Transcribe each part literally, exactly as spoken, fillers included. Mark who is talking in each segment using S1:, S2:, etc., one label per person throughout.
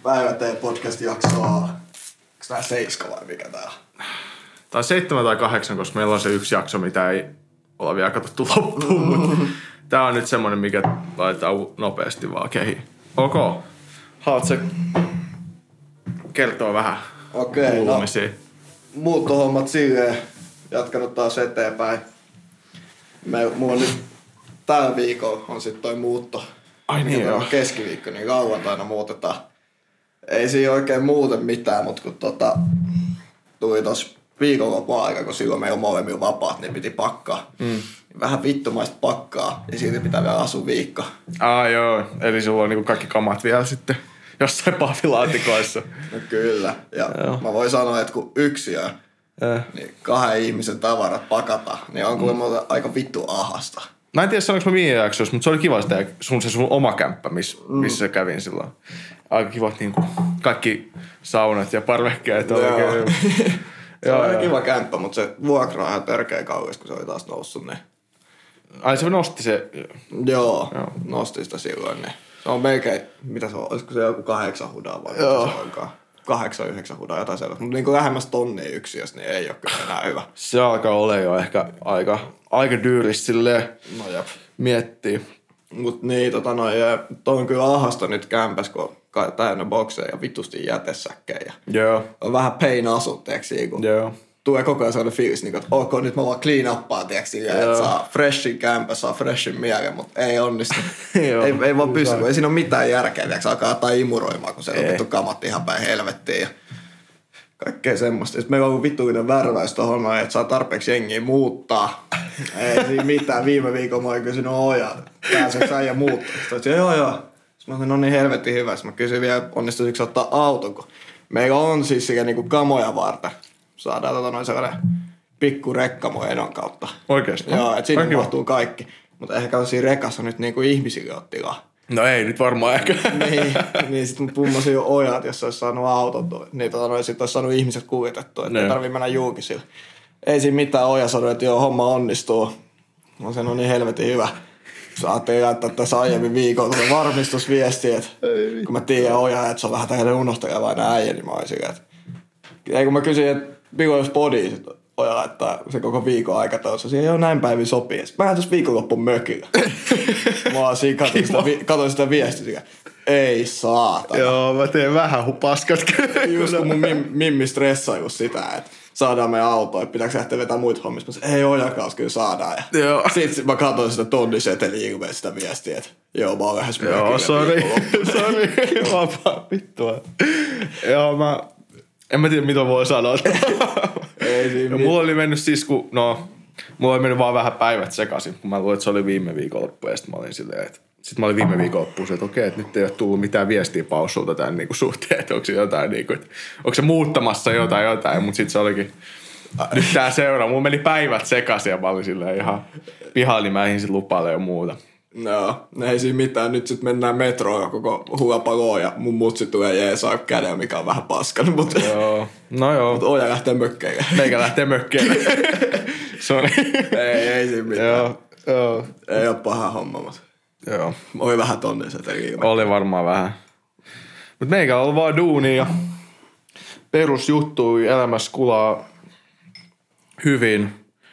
S1: Päivä tee podcast-jaksoa. Onko tää seiska vai mikä tää on?
S2: Tai seitsemän tai kahdeksan, koska meillä on se yksi jakso, mitä ei olla vielä katsottu loppuun. Mutta tää on nyt semmonen, mikä laitetaan nopeasti vaan kehiin. Ok. Haluatko kertoa vähän
S1: Okei,
S2: kuulumisia?
S1: No, muuttohommat silleen. Jatkanut taas eteenpäin. Me, mulla on nyt tällä viikolla on sit toi muutto.
S2: Ai niin joo.
S1: Keskiviikko, niin lauantaina muutetaan. Ei siinä oikein muuten mitään, mutta kun tota, tuli tossa viikonlopun aika, kun silloin meillä on molemmilla vapaat, niin piti pakkaa. Mm. Vähän vittumaista pakkaa, ja siitä pitää vielä asua viikko.
S2: Ah joo, eli sulla on niinku kaikki kamat vielä sitten jossain pahvilaatikoissa.
S1: No kyllä, ja joo. Mä voin sanoa, että kun yksi on, eh. niin kahden ihmisen tavarat pakata, niin on kuulemma mm. aika vittu ahasta.
S2: Mä en tiedä sanoinko mä viime jaksossa, mutta se oli kiva sitä, sun, se sun oma kämppä, miss, missä mm. kävin silloin. Aika kivat niinku kaikki saunat ja parvekkeet.
S1: Joo.
S2: Oikein.
S1: Se on aika kiva kämppä, mutta se vuokra on ihan törkeä kauas, kun se oli taas noussut. Niin.
S2: Ai se nosti se?
S1: Joo, Joo. nosti sitä silloin. Niin. Se on melkein, mitä se on, olisiko se joku kahdeksan hudaa vai mitä se onkaan? Kahdeksan, yhdeksän hudaa, jotain sellaista. Mutta niin lähemmäs tonnia yksiössä, niin ei ole kyllä enää hyvä.
S2: Se alkaa olla jo ehkä aika, aika dyyristä silleen
S1: no
S2: miettiä.
S1: Mut niin, tota noin, toi on kyllä ahasta nyt kämpäs, kun on täynnä bokseja ja vitusti jätesäkkejä.
S2: Joo.
S1: On vähän pain asu, teeksi, kun
S2: Joo.
S1: tulee koko ajan sellainen fiilis, niin että ok, nyt mä vaan clean uppaan, teeksi, että saa freshin kämpä, saa freshin mielen, mutta ei onnistu. ei, ei vaan pysty, kun ei siinä ole mitään järkeä, teeksi, alkaa jotain imuroimaan, kun se on vittu kamat ihan päin helvettiin ja kaikkea semmoista. Sitten meillä on ollut vittuinen värväys tohon, että saa tarpeeksi jengiä muuttaa. Ei siinä mitään. Viime viikolla mä olin kysynyt ojaa, pääseekö äijä muuttaa? Sitten joo joo. Sitten mä sanoin, no niin helvetin hyvä. Sitten mä kysyin vielä, onnistuisiko ottaa auton, kun meillä on siis sekä niinku kamoja varten. Saadaan tota noin sellainen pikku rekka mun edon kautta.
S2: Oikeesti?
S1: Joo, että siinä mahtuu kaikki. Mutta ehkä siinä rekassa nyt niinku ihmisille on tilaa.
S2: No ei nyt varmaan ehkä.
S1: niin, niin sit mä pummasin jo ojat, jos olisi saanut auton. Niin tota noin, sit olisi saanut ihmiset kuljetettua, että ei tarvii mennä julkisille. Ei siinä mitään, Oja sanoi, että joo, homma onnistuu. Mä sanoin, no niin helvetin hyvä. Saatte laittaa tässä aiemmin viikolla varmistusviesti, että kun mä tiedän Oja, että se on vähän tällainen unohtajavainen äijä, niin mä olisin silleen, että ei kun mä kysyin, että milloin jos podi, sit Oja laittaa se koko viikon aikataulussa. Siihen joo, näin päivin sopii. Mä lähden tuossa viikonloppuun mökillä. Mä oon siinä, katsoin sitä, katsoin sitä viestiä. Ei saatana.
S2: Joo, mä teen vähän paskat.
S1: Just kun mun mim, mimmi stressaa just sitä, että saadaan meidän autoa, että pitääkö lähteä vetämään muita hommista. Mä sanoin, ei Ojakaus, kyllä saadaan. Ja joo. Sitten mä katsoin sitä tonniseteli ilmeisesti sitä viestiä, että joo, mä oon lähes mökillä.
S2: Joo, sori, sori, vapaa vittua. Joo, mä, en mä tiedä mitä voi sanoa.
S1: Ei siinä
S2: no, mulla oli mennyt siis, kun, no, mulla oli mennyt vaan vähän päivät sekaisin, kun mä luulen, että se oli viime viikonloppu, ja sitten mä olin silleen, että sitten mä olin viime viikonloppuun, että okei, että nyt ei ole tullut mitään viestiä pausulta tämän niin kuin suhteen, että onko se jotain, niin kuin, että onko se muuttamassa jotain jotain, mutta sitten se olikin, nyt tää seuraa, mulla meni päivät sekaisin, ja mä olin silleen ihan pihalla, niin mä ensin lupaile jo muuta.
S1: No, ei siinä mitään. Nyt sit mennään metroon koko huopaloon ja mun mutsi tulee jeesaa käden, mikä on vähän paskan. Mutta
S2: joo. No joo.
S1: Mutta Oja lähtee mökkeille.
S2: Meikä lähtee mökkeille. Sori.
S1: ei, ei siinä mitään.
S2: Joo. Joo.
S1: Ei oo paha homma, mutta
S2: joo.
S1: Oli vähän tonne se teki.
S2: Oli varmaan vähän. Mut meikä on ollut vaan duuni ja perusjuttui elämässä kulaa hyvin.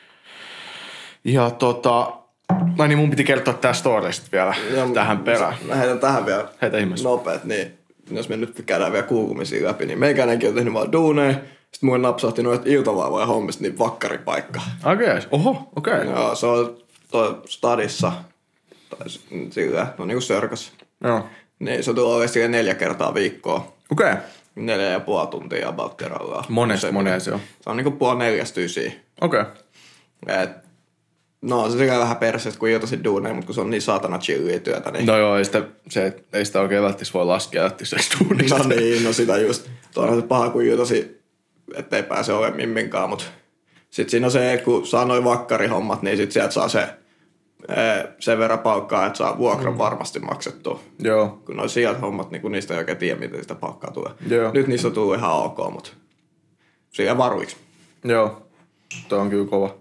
S2: Ja tota... No niin, mun piti kertoa tää story sit vielä ja tähän perään.
S1: Mä heitän tähän vielä
S2: Heitä ihmeessä.
S1: nopeet, niin jos me nyt käydään vielä kuulumisia läpi, niin meikäinenkin on tehnyt vaan duuneja. Sitten mulle napsahti noita iltavaivoja hommista, niin vakkaripaikka.
S2: Okei, okay. Oho, okei. Okay.
S1: Joo, se on toi stadissa, tai sillä, no niinku sörkäs.
S2: Joo.
S1: Niin, se tulee oikeasti neljä kertaa viikkoa.
S2: Okei. Okay.
S1: Neljä ja puoli tuntia about kerrallaan.
S2: Monesti, monesti joo.
S1: Se on niinku puoli neljästä ysiä.
S2: Okei. Okay.
S1: No se sekä vähän perseestä kuin iltaisin duuneja, mutta kun se on niin saatana chillia työtä. Niin...
S2: No joo, ei sitä, se, ei sitä oikein välttis voi laskea lähtiseksi duunista.
S1: No niin, no sitä just. Tuohan se paha kuin iltaisin, ettei pääse olemaan mimminkaan, mutta sitten siinä on se, kun saa noin vakkarihommat, niin sitten sieltä saa se sen verran palkkaa, että saa vuokran mm. varmasti maksettua.
S2: Joo.
S1: Kun noin sieltä hommat, niin kun niistä ei oikein tiedä, miten sitä palkkaa tulee.
S2: Joo.
S1: Nyt niistä on tullut ihan ok, mutta siihen varuiksi.
S2: Joo, toi on kyllä kova.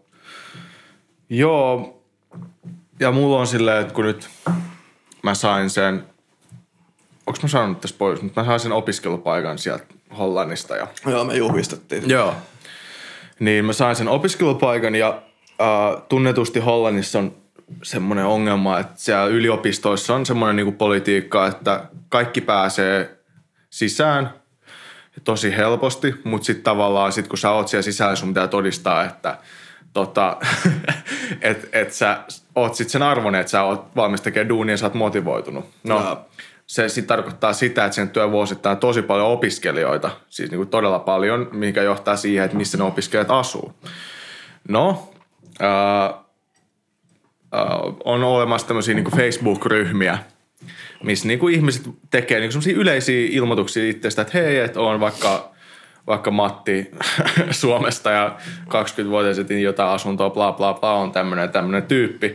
S2: Joo, ja mulla on silleen, että kun nyt mä sain sen onko mä sanonut tässä pois, mutta mä sain sen opiskelupaikan sieltä Hollannista. Ja...
S1: Joo, me juhlistettiin.
S2: Joo. Niin mä sain sen opiskelupaikan ja äh, tunnetusti Hollannissa on semmoinen ongelma, että siellä yliopistoissa on semmoinen niinku politiikka, että kaikki pääsee sisään tosi helposti, mutta sitten tavallaan sit kun sä oot siellä sisällä, sun pitää todistaa, että tota, et, et sä oot sit sen arvoinen, että sä oot valmis tekemään duunia ja sä oot motivoitunut. No, no. Se sitten tarkoittaa sitä, että sen työvuosittain on tosi paljon opiskelijoita, siis niinku todella paljon, mikä johtaa siihen, että missä ne opiskelijat asuu. No, äh, Uh, on olemassa tämmöisiä niinku Facebook-ryhmiä, missä niinku ihmiset tekee niinku semmoisia yleisiä ilmoituksia itsestä, että hei, että on vaikka, vaikka Matti Suomesta ja kaksikymmentävuotias etin jotain asuntoa, bla bla bla, on tämmöinen tämmöinen tyyppi.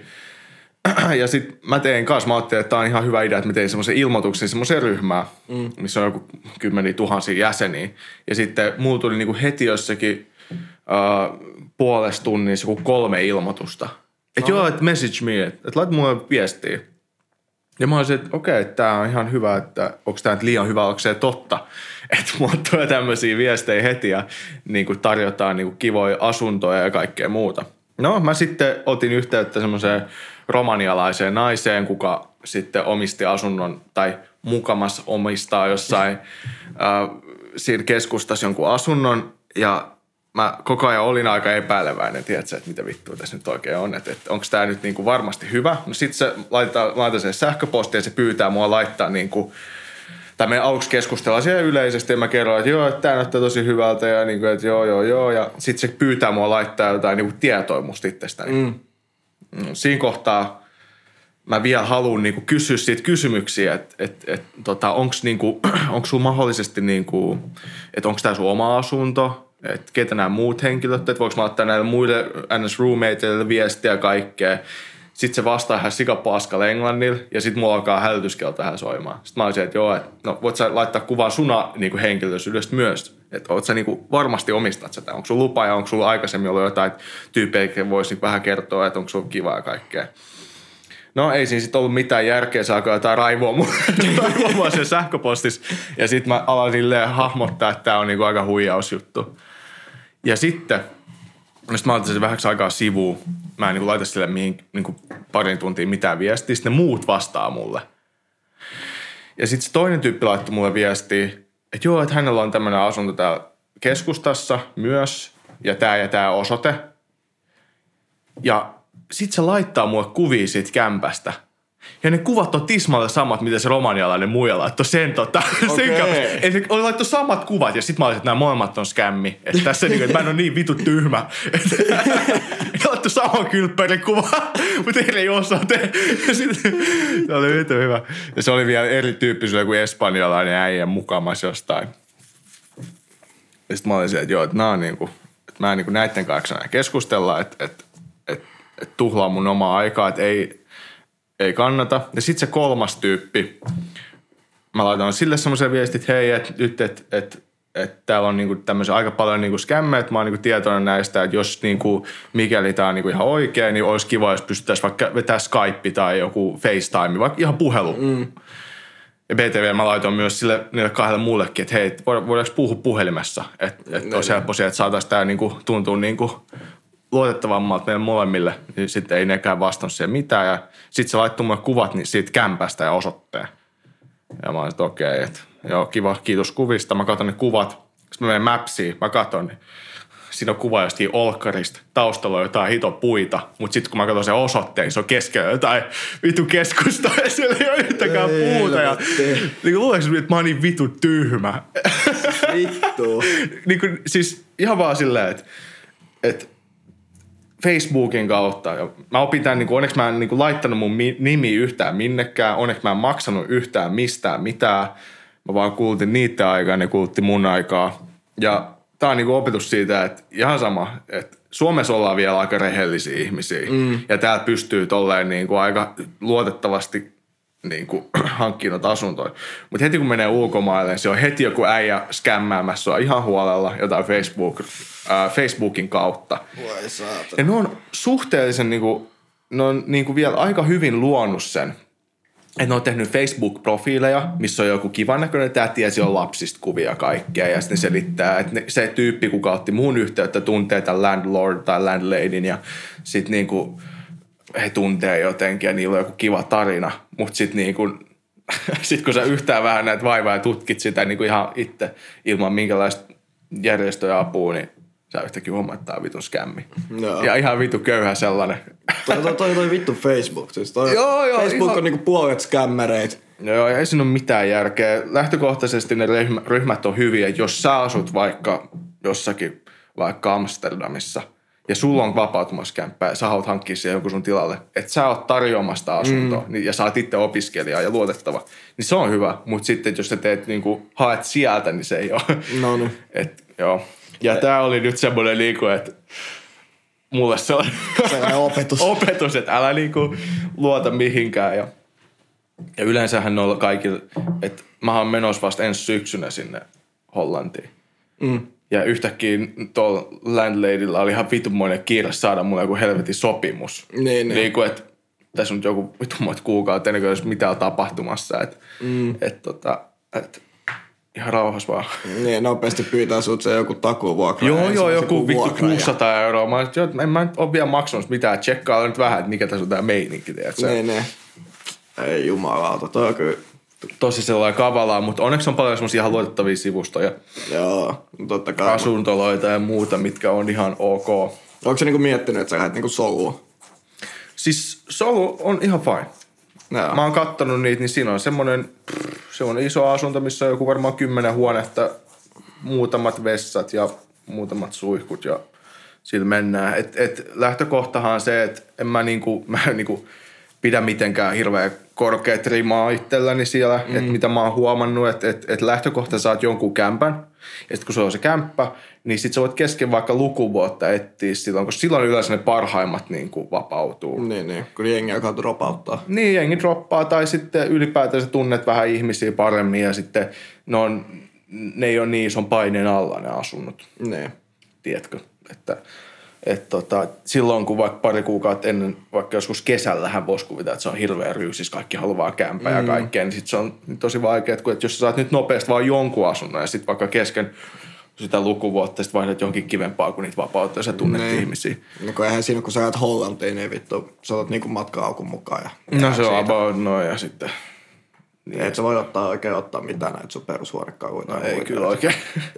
S2: Ja sitten mä tein kanssa, mä ajattelin, että tää on ihan hyvä idea, että mä tein semmoisen ilmoituksen semmoiseen ryhmään, mm. missä on joku kymmeniä tuhansia jäseniä. Ja sitten mulla tuli niinku heti jossakin uh, puolesta tunnissa joku kolme ilmoitusta. Että joo, että message me, että et laita mulle viestiä. Ja mä olisin, että okei, okay, tää on ihan hyvä, että onko tää nyt liian hyvä, onko se totta. Että mulle tulee tämmöisiä viestejä heti ja niin kuin tarjotaan niin kuin kivoja asuntoja ja kaikkea muuta. No mä sitten otin yhteyttä semmoiseen romanialaiseen naiseen, kuka sitten omisti asunnon tai mukamas omistaa jossain äh, siinä keskustassa jonkun asunnon ja mä koko ajan olin aika epäileväinen, tiedätkö, että mitä vittua tässä nyt oikein on, että, että onko tämä nyt niin kuin varmasti hyvä. No sit se laitetaan, laitetaan sen sähköpostiin ja se pyytää mua laittaa niin kuin, tai me aluksi keskustellaan siellä yleisesti ja mä kerron, että joo, että tämä näyttää tosi hyvältä ja niin kuin, että joo, joo, joo. Ja sit se pyytää mua laittaa jotain niin kuin tietoa musta itsestäni. Mm. Siinä kohtaa mä vielä haluan niin kuin kysyä siitä kysymyksiä, että, että, että tota, onko niin kuin, onko sulla mahdollisesti, niin kuin, että onko tämä sun oma asunto? Että ketä nämä muut henkilöt, että voiko mä ottaa näille muille N S-roommateille viestiä ja kaikkea. Sitten se vastaa ihan sikapaskalla englannilla ja sitten mulla alkaa hälytyskelta tähän soimaan. Sitten mä olisin, että joo, että no voit sä laittaa kuvan suna niin henkilöllisyydestä myös. Että oot sä niin kuin, varmasti omistat sitä. Onko sulla lupa ja onko sulla aikaisemmin ollut jotain tyyppejä, jotka voisi niin vähän kertoa, että onko sulla kiva ja kaikkea. No ei siinä sitten ollut mitään järkeä, se alkoi jotain raivoa mua sen sähköpostissa. Ja sitten mä aloin silleen hahmottaa, että tää on niinku aika huijausjuttu. Ja sitten, no sit mä laitan sen vähäksi aikaa sivuun. Mä en niinku laita sille mihin niinku parin tuntia mitään viestiä. Sitten ne muut vastaa mulle. Ja sitten se toinen tyyppi laittoi mulle viestiä, että joo, että hänellä on tämmöinen asunto täällä keskustassa myös. Ja tää ja tää osoite. Ja sit se laittaa mulle kuvia siitä kämpästä. Ja ne kuvat on tismalle samat, mitä se romanialainen muija laittoi sen tota.
S1: Okay.
S2: Sen se oli laittoi samat kuvat ja sit mä olisin, että nämä molemmat on skämmi. Että tässä niinku, että mä en ole niin vitu tyhmä. Ne laittoi saman kylppärin kuvan, mutta eri osoite. Se oli vitu hyvä. Ja se oli vielä erityyppisellä kuin espanjalainen äijä mukamassa jostain. Ja sit mä olin siellä, että joo, että nää on niinku, että mä niinku näitten kanssa keskustella, että, että, että, että tuhlaa mun omaa aikaa, että ei... Ei kannata. Ja sitten se kolmas tyyppi, mä laitan sille semmoisen viestin, että hei, että nyt, että et, et täällä on niinku tämmöisiä aika paljon niinku skämmejä, että mä oon niinku tietoinen näistä, että jos niinku, mikäli tää on niinku ihan oikein, niin olisi kiva, jos pystyttäisiin vaikka vetää Skype tai joku FaceTime, vaikka ihan puhelu. Mm. Ja B T V mä laitoin myös sille, niille kahdelle muullekin, että hei, voidaanko puhua puhelimessa, että et olisi helppo siihen, että saataisiin tää niinku tuntua niinku luotettavammalta meille molemmille, niin sitten ei nekään vastannut siihen mitään. Ja sitten se laittoi mulle kuvat siitä kämpästä ja osoitteen. Ja mä olin, että okei, okay, että joo, kiva, kiitos kuvista. Mä katson ne kuvat. Sitten mä menen Mapsiin, mä katson, niin siinä on kuva jostain olkkarista. Taustalla on jotain hito puita. Mutta sitten kun mä katson sen osoitteen, se on keskellä jotain vitu keskusta ja siellä ei ole yhtäkään ei, puuta. Ja niin luuleeko, että mä oon niin vitu tyhmä.
S1: Vittu.
S2: niin kuin, siis ihan vaan silleen, että et, Facebookin kautta. Ja mä opin tämän, niin kuin, onneksi mä en niin kuin, laittanut mun nimi yhtään minnekään. Onneksi mä en maksanut yhtään mistään mitään. Mä vaan kuultin niiden aikaa, ne kuultti mun aikaa. Ja tää on niin kuin, opetus siitä, että ihan sama, että Suomessa ollaan vielä aika rehellisiä ihmisiä. Mm. Ja täällä pystyy tolleen niin kuin, aika luotettavasti niin kuin, hankkinut asuntoja. Mutta heti kun menee ulkomaille, niin se on heti joku äijä skämmäämässä sua ihan huolella jotain Facebook, äh, Facebookin kautta.
S1: Voi saatana.
S2: Ja ne on suhteellisen, niin kuin, ne on niin kuin vielä aika hyvin luonut sen, että ne on tehnyt Facebook-profiileja, missä on joku kivan näköinen täti ja siellä on lapsista kuvia kaikkea. Ja sitten selittää, että ne, se tyyppi, kuka otti muun yhteyttä, tuntee tämän landlord tai landladyn ja sitten niinku he tuntee jotenkin ja niillä on joku kiva tarina. Mutta sitten niinku, sit kun sä yhtään vähän näet vaivaa ja tutkit sitä niinku ihan itse ilman minkälaista järjestöä apua, niin sä yhtäkkiä huomaat, että tää on vitun skämmi. No. Ja ihan vitu köyhä sellainen.
S1: Toi, toi, toi, toi vittu Facebook. Siis toi joo, joo, Facebook ihan on niinku puolet skämmereit.
S2: Joo, ja ei siinä ole mitään järkeä. Lähtökohtaisesti ne ryhmät on hyviä. Jos sä asut vaikka jossakin, vaikka Amsterdamissa, ja sulla on vapautumassa kämppää, ja sä haluat hankkia siihen jonkun sun tilalle, että sä oot tarjoamasta asuntoa, mm. ja sä oot itse opiskelija ja luotettava, niin se on hyvä. Mutta sitten, jos sä teet niinku, haet sieltä, niin se ei ole.
S1: No niin.
S2: Et, joo. Ja e- tää oli nyt semmoinen liiku, että mulle sellainen
S1: opetus.
S2: opetus, että älä niinku luota mihinkään. Ja, ja yleensähän ne on kaikilla, että mä oon menossa vasta ensi syksynä sinne Hollantiin.
S1: Mm.
S2: Ja yhtäkkiä tuolla landladylla oli ihan vitunmoinen kiire saada mulle joku helvetin sopimus.
S1: Niin,
S2: niin kuin, että tässä on nyt joku vitunmoinen kuukautta ennen kuin olisi mitään tapahtumassa. Että mm. et, tota, et, ihan rauhassa vaan.
S1: Niin, nopeasti pyytää sut se joku takuvuokra.
S2: Joo, joo, joku vittu kuusisataa euroa. Mä että en mä nyt ole vielä maksanut mitään. Tsekkaa nyt vähän, että mikä tässä on tää meininki.
S1: Niin, niin. Ei jumalauta, toi on kyllä
S2: tosi sellainen kavalaa, mutta onneksi on paljon semmoisia ihan luotettavia sivustoja.
S1: Joo, totta kai.
S2: Asuntoloita ja muuta, mitkä on ihan ok.
S1: Onko se niinku miettinyt, että sä lähdet niinku solua?
S2: Siis solu on ihan fine. Joo. Mä oon kattonut niitä, niin siinä on semmoinen, se on iso asunto, missä on joku varmaan kymmenen huonetta, muutamat vessat ja muutamat suihkut ja sillä mennään. Et, et lähtökohtahan on se, että en mä niinku, mä niinku pidä mitenkään hirveän korkeat rimaa itselläni siellä, mm. että mitä mä oon huomannut, että et, et lähtökohta saat jonkun kämpän, ja sitten kun se on se kämppä, niin sit sä voit kesken vaikka lukuvuotta etsiä silloin, koska silloin yleensä ne parhaimmat niin kuin vapautuu.
S1: Niin, niin, kun jengi alkaa dropauttaa.
S2: Niin, jengi droppaa, tai sitten ylipäätään sä tunnet vähän ihmisiä paremmin, ja sitten ne, on, ne ei ole niin ison paineen alla ne asunnot.
S1: Niin.
S2: Tiedätkö, että Et tota, silloin, kun vaikka pari kuukautta ennen, vaikka joskus kesällähän voisi kuvita, että se on hirveän ryysis, kaikki haluaa kämpää mm. ja kaikkea, niin sit se on tosi vaikeaa, että jos sä saat nyt nopeasti vaan jonkun asunnon ja sitten vaikka kesken sitä lukuvuotta sit vaihdat johonkin kivempaa, kun niitä vapauttaa ja sä tunnet ne. ihmisiä.
S1: No kun eihän siinä, kun sä jäät Hollantiin, niin vittu, sä otat niinku matka-aukun mukaan. Ja
S2: no se on about noin ja sitten.
S1: Niin et sä voi ottaa oikein ottaa mitään näitä sun perushuonekaluita.
S2: No ei kyllä oikein.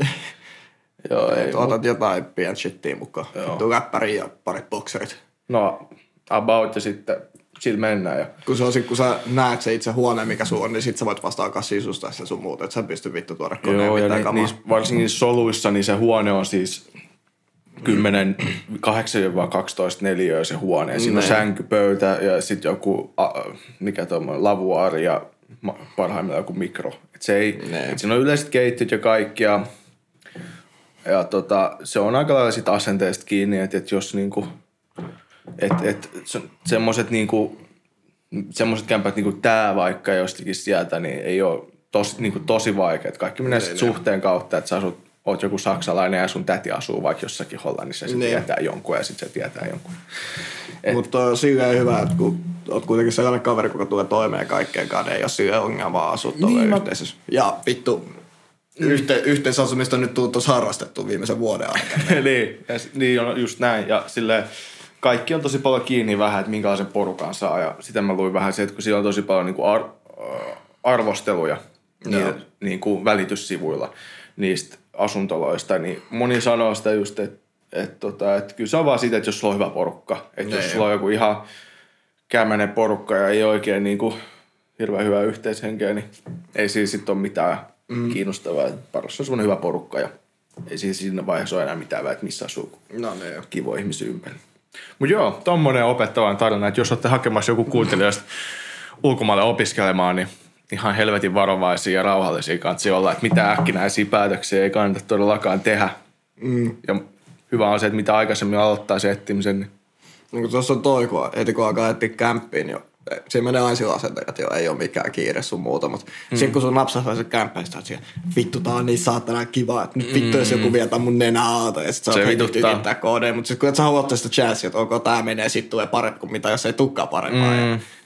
S2: Joo, ei.
S1: Otat jotain pientä shittiä mukaan. Tuu räppäriin ja parit bokserit.
S2: No, about ja sitten sillä mennään. Ja
S1: kun, se on sit, kun sä näet se itse huone, mikä sun on, niin sit sä voit vasta alkaa sisustaa se sun muuta. Et sä pysty vittu tuoda koneen mitään
S2: ni,
S1: kamaa.
S2: Niissä, varsinkin niissä soluissa, niin se huone on siis kymmenen, kahdeksan kaksitoista neliöä se huone. Ja siinä on sänkypöytä ja sitten joku, mikä tuommoinen, lavuaari ja parhaimmillaan joku mikro. Et se ei, et siinä on yleiset keittiöt ja kaikkia. Ja tota, se on aika lailla sit asenteesta kiinni, että et jos niinku, että et, semmoiset niinku, semmoiset kämpät niinku tää vaikka jostakin sieltä, niin ei ole tos, niinku tosi vaikeat. Kaikki menee sit suhteen kautta, että sä asut, oot joku saksalainen ja sun täti asuu vaikka jossakin Hollannissa ja se tietää jonkun ja sit se tietää jonkun.
S1: Mutta on silleen hyvä, että kun oot kuitenkin sellainen kaveri, kuka tulee toimeen kaikkeenkaan, niin ei ole silleen ongelmaa asua tuolla niin, yhteisössä. Mä... Ja vittu... Yhte, yhteisasumista on nyt tullut tuossa harrastettu viimeisen vuoden aikana.
S2: niin, ja, niin on just näin. Ja silleen, kaikki on tosi paljon kiinni vähän, että minkälaisen porukan saa. Ja sitä mä luin vähän se, että kun siellä on tosi paljon niin kuin ar, arvosteluja niin, niin kuin välityssivuilla niistä asuntoloista, niin moni sanoo sitä just, että, että, että, että kyllä se on vaan siitä, että jos sulla on hyvä porukka. Että jos sulla on joku ihan kämmäinen porukka ja ei oikein niin kuin hirveän hyvää yhteishenkeä, niin ei siinä sitten ole mitään Mm. kiinnostavaa. Paras on semmoinen hyvä porukka ja ei siinä vaiheessa ole enää mitään väliä, että missä asuu
S1: no, ne
S2: kivo ihmisiä ympäri. Mutta joo, tommonen opettavan tarina, että jos olette hakemassa joku kuuntelijoista ulkomaille opiskelemaan, niin ihan helvetin varovaisia ja rauhallisia kanssa olla, että mitä äkkinäisiä päätöksiä ei kannata todellakaan tehdä. Mm. Ja hyvä on se, että mitä aikaisemmin aloittaa se etsimisen. Niin...
S1: No kun tuossa on toi, kun heti kun alkaa etsiä kämppiin, niin siinä menee aina sillä asenteella, että joo, ei ole mikään kiire sun muuta, mutta mm. sitten kun sun napsahtaa se kämppä, niin sä vittu, tää on niin saatana kiva, että nyt vittu, jos joku vietää mun nenää aalta, ja sit sä oot heti tykittää koodeen, mutta sit kun et sä haluat sitä chanssia, että ok, tää menee, sit tulee parempi kuin mitä, jos ei tukkaa parempaa, mm. ja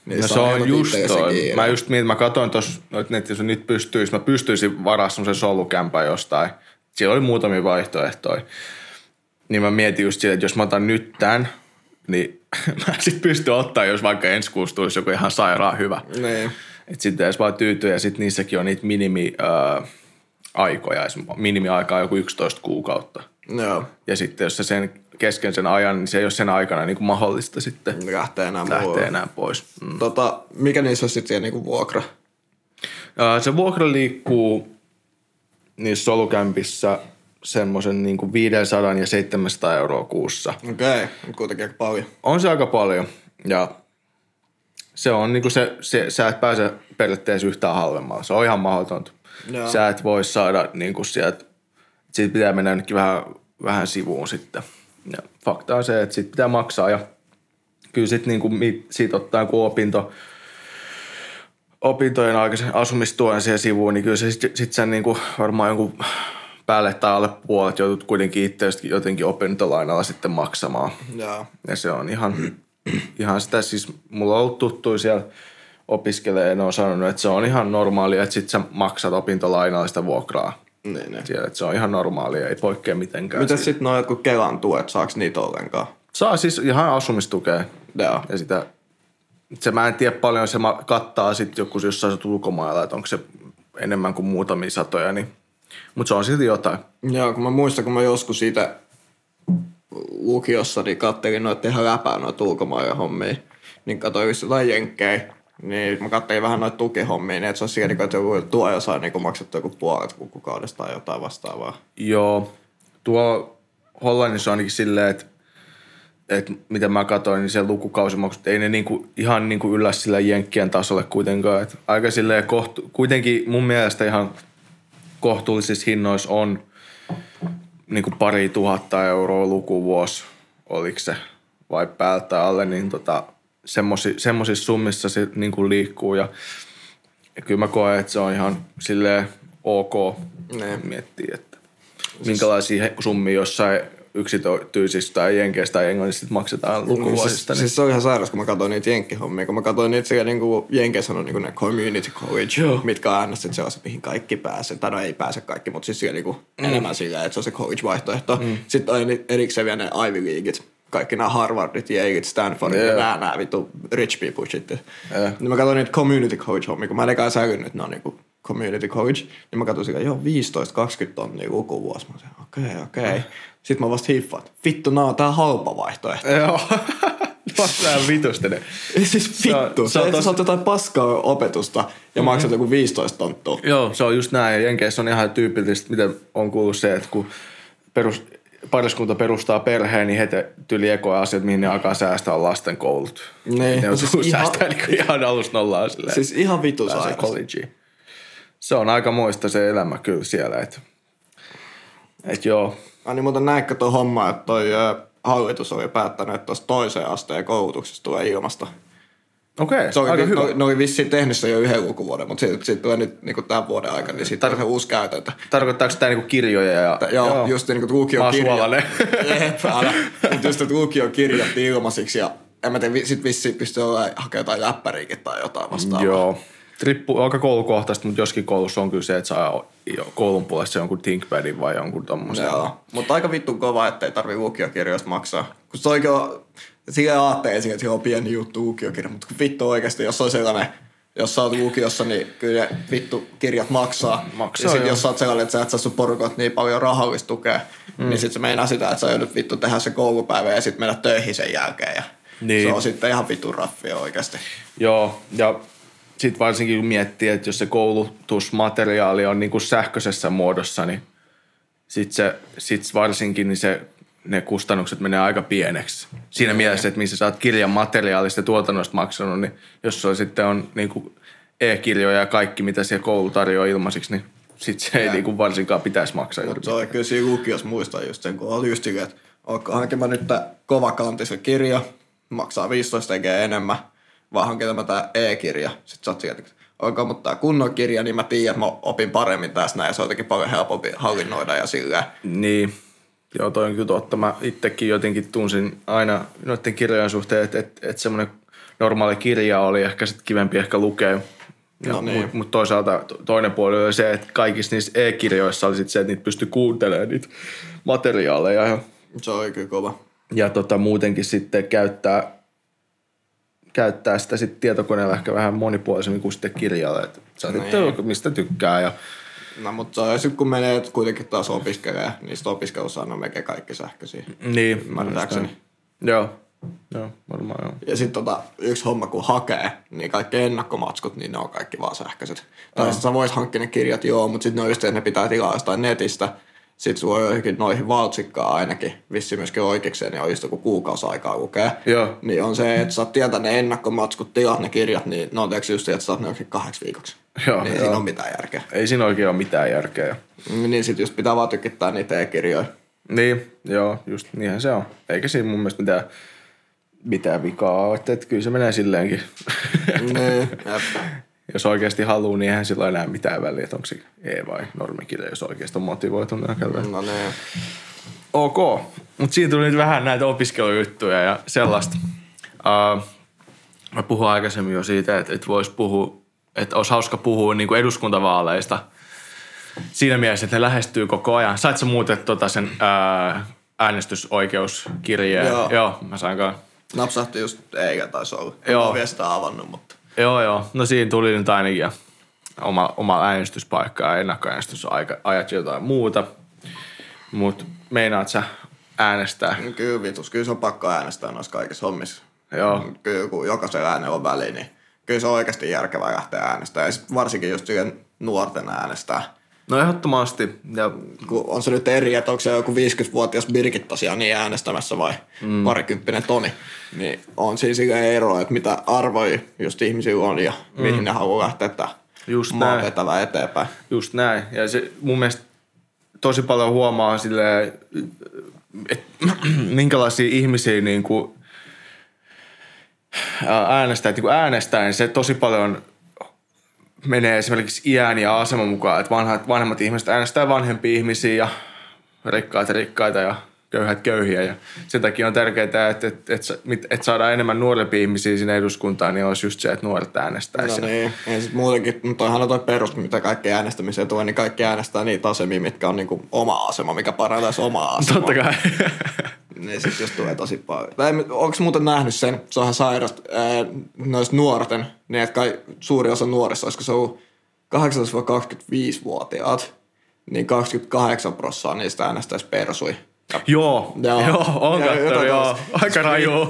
S1: Niin
S2: no se on just toi. Mä just mietin, mä katsoin tuossa, että jos nyt pystyisi, mä pystyisin varaa semmoisen solukämpän jostain. Siellä oli muutamia vaihtoehtoja. Niin mä mietin just siitä, että jos mä otan nyt tän, niin mä sit pystyn ottaa, jos vaikka ensi kuussa tulisi joku ihan sairaan hyvä.
S1: Niin.
S2: Että sitten edes vaan tyytyy ja sitten niissäkin on niitä minimi-aikoja. Minimi-aika on joku yksitoista kuukautta.
S1: Joo.
S2: Ja sitten jos se sen kesken sen ajan, niin se ei ole sen aikana niin kuin mahdollista sitten
S1: lähtee enää,
S2: lähtee enää pois.
S1: Mm. Tota, mikä niissä on sitten siellä niin vuokra?
S2: Se vuokra liikkuu niissä solukämpissä semmoisen niin kuin viisisataa ja seitsemänsataa euroa kuussa.
S1: Okei, okay. Kuitenkin aika paljon.
S2: On se aika paljon ja se on niin kuin se, se, sä et pääse periaatteessa yhtään halvemmalla. Se on ihan mahdotonta. Joo. Sä et voi saada niin kuin sieltä, siitä pitää mennä jonnekin vähän, vähän sivuun sitten. Ja fakta on se, että siitä pitää maksaa ja kyllä sitten niin kuin siitä ottaa joku opinto, opintojen aikaisen asumistuen siihen sivuun, niin kyllä se sitten sit sen niin kuin varmaan jonkun päälle tai alle puolet joutut kuitenkin itse jotenkin opintolainalla sitten maksamaan.
S1: Joo.
S2: Ja se on ihan, ihan sitä, siis mulla on ollut tuttuja siellä opiskelee ja ne on sanonut, että se on ihan normaalia, että sit sä maksat opintolainalla sitä vuokraa.
S1: Niin, niin.
S2: Siellä, että se on ihan normaalia, ei poikkea mitenkään.
S1: Mitäs sitten noin jotkut Kelan tuet, saaks niitä ollenkaan?
S2: Saa siis ihan asumistukea.
S1: Joo.
S2: Ja sitä, se mä en tiedä paljon, se kattaa sitten joku, jos sä asut ulkomailla, että onko se enemmän kuin muutamia satoja, niin, mutta se on silti jotain. Joo,
S1: kun mä muistan, kun mä joskus siitä lukiossa, niin kattelin noita ihan läpää noita ulkomailla hommia, niin katsoin just jotain jenkkejä. Niin, mä katselin vähän noita tukihommia, niin että se on siellä, että joku tuo saa niin maksettu joku puolet kuukaudesta tai jotain vastaavaa.
S2: Joo. Tuo Hollannissa on ainakin silleen, että, että mitä mä katsoin, niin se lukukausimaksut ei ne niinku, ihan niinku yllä sillä jenkkien tasolle kuitenkaan. Että aika silleen kohtu, kuitenkin mun mielestä ihan kohtuullisissa hinnoissa on niinku pari tuhatta euroa lukuvuosi, oliko se vai päältä tai alle, niin tota semmoisissa summissa se niin kuin liikkuu ja, ja kyllä mä koen, että se on ihan silleen ok ne. Miettiä, että minkälaisia summia jossain yksityisistä tai jenkeistä tai englannista maksetaan lukuvuosista.
S1: Siis, niin. siis se on ihan sairas, kun mä katsoin niitä jenkkihommia, kun mä katsoin niitä siellä niin kuin jenkeissä on niin kuin ne community college, Joo. mitkä on aina sitten sellaiset, mihin kaikki pääsee. Tai no ei pääse kaikki, mutta siis siellä niin kuin mm. enemmän sillä, että se on se college-vaihtoehto. Mm. Sitten on erikseen vielä ne Ivy Leagueit. Kaikki nämä Harvardit, Yaleit, Stanfordit yeah. ja nämä, nämä vittu rich people shit. Yeah. Niin mä katsoin niitä community college hommia, kun mä en ekaan säilynyt, että ne on niinku community college. Niin mä katsoin että joo, viisitoista kaksikymmentä tonnia lukuvuosi. Mä sanoin, okei, okay, okei. Okay. Sitten mä vasta hiffaan, vittu, nää on tää halpa vaihtoehto.
S2: Joo. Tää vitusta ne.
S1: Siis vittu. Se, se, sä saat jotain paskaa opetusta ja mm-hmm. maksat joku viisitoista tonttua.
S2: Joo, se on just näin. Ja Jenkeissä on ihan tyypillistä, miten on kuullut se, että kun perus... pariskunta perustaa perheen, niin heti tyli ekoja asiat, mihin ne alkaa säästää lasten koulut.
S1: Niin.
S2: Ne on siis säästää ihan, niin ihan alusta nollaan silleen.
S1: Siis ihan vitu sairas.
S2: Se on aika muista se elämä kyllä siellä, että et joo.
S1: Ai niin muuten näitkö tuo homma, että toi ä, hallitus oli päättänyt, että tuossa toiseen asteen koulutuksessa tulee ilmasta.
S2: Okei, okay, aika hyvä.
S1: Ne oli vissiin tehnyt se jo yhden lukuvuoden, mutta siitä, siitä tulee nyt niin tämän vuoden aikana, niin siitä Tar- on se uusi käytäntö.
S2: Tarkoittaako tämä niin kirjoja? Ja,
S1: T- joo, joo, just niin kuin lukiokirjat. Jep, älä. Mutta just, että lukiokirjat ilmaisiksi ja en mä tiedä, sit vissiin pystyy hakemaan jotain läppäriikin tai jotain vastaavaa.
S2: Joo. Trippu, aika koulukohtaista, mutta joskin koulussa on kyllä se, että saa koulun puolesta jonkun ThinkPadin vai jonkun tommosen.
S1: Joo, mutta aika vittu kova, ettei tarvitse lukiokirjoista maksaa. Kun se oikein on, siihen aatteisiin, että se on pieni juttu lukiokirja, mutta kun vittu oikeasti, jos on sellainen, jos sä oot lukiossa, niin kyllä vittu kirjat maksaa. maksaa ja sitten jos sä oot sellainen, että sä et saa sun porukot niin paljon rahallista tukea, mm. niin sit se meinaa sitä, että sä joudut vittu tehdä se koulupäivä ja sitten mennä töihin sen jälkeen. Ja niin. Se on sitten ihan vittu raffia oikeasti.
S2: Joo, ja sitten varsinkin kun miettii, että jos se koulutusmateriaali on niin kuin sähköisessä muodossa, niin sitten se, sit varsinkin niin se, ne kustannukset menee aika pieneksi. Siinä mm. mielessä, että missä sä oot kirjan materiaalista ja tuotannosta maksanut, niin jos se sitten on niin kuin e-kirjoja ja kaikki, mitä siellä koulu tarjoaa ilmaisiksi, niin sitten se ei niin kuin varsinkaan pitäisi maksaa.
S1: Mutta se on kyllä siinä lukiossa muistaa just sen, kun oli just silleen, että onko hankima nyt kovakantisen kirja, maksaa viisitoista euroa enemmän, vaan hankitaan mä tää e-kirja. Sitten sä oot sieltä, että onko mutta tää kunnon kirja, niin mä tiedän, että mä opin paremmin tässä näin ja se on jotenkin paljon helpompi hallinnoida ja sillä.
S2: Niin. Joo, toi on kyllä totta. Mä itsekin jotenkin tunsin aina noiden kirjojen suhteen, että, että, että semmoinen normaali kirja oli ehkä sitten kivempi ehkä lukea. No niin. Mutta mut toisaalta toinen puoli oli se, että kaikissa niissä e-kirjoissa oli sit se, että niitä pystyi kuuntelemaan niitä materiaaleja. Ja,
S1: se oli kyllä kova.
S2: Ja tota, muutenkin sitten käyttää, käyttää sitä sitten tietokoneella ehkä vähän monipuolisemmin kuin sitten kirjalla. Että sä niin. Mistä tykkää. Ja...
S1: No mutta sitten kun menee kuitenkin taas opiskelemaan, niin sitten opiskelussa on melkein kaikki sähköisiä.
S2: Niin.
S1: Ymmärtääkseni.
S2: Joo. Joo, varmaan joo.
S1: Ja sitten tota, yksi homma, kun hakee, niin kaikki ennakkomatskut, niin ne on kaikki vaan sähköiset. Tai sitten sä vois hankkia ne kirjat, joo, mutta sitten ne on just, että ne pitää tilaa jostain netistä. Sitten sulla on joihinkin noihin valtsikkaan ainakin, vissiin myöskin oikeikseen, niin on just joku kuukausi aikaa lukea.
S2: Joo.
S1: Niin on se, että sä oot tietää ne ennakkomatskut, tilaat ne kirjat, niin ne on teeksi just se, että sä saat ne oikein kahdeksi viikoksi.
S2: Joo,
S1: niin ei
S2: joo.
S1: siinä ole mitään järkeä.
S2: Ei siinä oikein ole mitään järkeä.
S1: Niin sit just pitää vaan tykittää niitä e-kirjoja.
S2: Niin, joo, just niinhän se on. Eikä siinä mun mielestä mitään... mitään vikaa ole, että, että kyllä se menee silleenkin.
S1: Niin,
S2: jos oikeasti haluaa, niin eihän sillä enää mitään väliä, että onko se e- vai normikirja, jos oikeasti on motivoitunut.
S1: No niin.
S2: Ok, mutta siinä tuli nyt vähän näitä opiskelujuttuja ja sellaista. Uh, mä puhuin aikaisemmin jo siitä, että, että voisi puhua, että olisi hauska puhua niin kuin eduskuntavaaleista siinä mielessä, että ne lähestyy koko ajan. Sait sä muuten tota sen uh, äänestysoikeuskirjeen?
S1: Joo.
S2: Joo, mä sainkaan.
S1: Napsahti just eikä taisi olla.
S2: Joo.
S1: Mä oon vielä sitä avannut, mutta...
S2: Joo, joo. No siinä tuli nyt ainakin ja oma, oma äänestyspaikka ja ennakkoäänestysajat jotain muuta. Mut meinaat sä äänestää?
S1: No kyllä vitus. Kyllä se on pakko äänestää noissa kaikissa hommissa.
S2: Joo.
S1: Kyllä kun jokaisella äänellä on väliä, niin kyllä se on oikeasti järkevää lähteä äänestämään. Ja sit varsinkin just siihen nuorten äänestää.
S2: No ehdottomasti. Ja...
S1: Kun on se nyt eri, että onko se joku viisikymmentävuotias Birgit tosiaan niin äänestämässä vai mm. parikymppinen Toni. Niin on siis eroa, että mitä arvoja just ihmisillä on ja mm. mihin ne haluaa lähteä että maan vetävää eteenpäin.
S2: Just näin. Ja se mun mielestä tosi paljon huomaa silleen, että minkälaisia ihmisiä niin kuin äänestää. Että niin kuin äänestäen se tosi paljon... menee esimerkiksi iän ja aseman mukaan, että vanhat, vanhemmat ihmiset äänestää vanhempia ihmisiä ja rikkaita rikkaita ja köyhät köyhiä. Ja sen takia on tärkeää, että, että, että, että saadaan enemmän nuorempia ihmisiä sinne eduskuntaan, niin olisi just se, että nuoret äänestäisi.
S1: No niin, ja sitten muutenkin, mutta toihan on toi perus, mitä kaikki äänestämiseen tulee, niin kaikki äänestää niitä asemia, mitkä on niinku oma asema, mikä parantaisi omaa asemaa.
S2: Totta kai.
S1: Niin sit jos tulee tosi paljon. Onko muuten nähnyt sen, se onhan sairasta, noista nuorten, niin että kai suuri osa nuorissa, olisiko se ollut kahdeksantoista kaksikymmentäviisi-vuotiaat, niin kaksikymmentäkahdeksan prosenttia niistä äänestäisi persui.
S2: Joo, joo, joo, on kattanut, joo. Aika raju.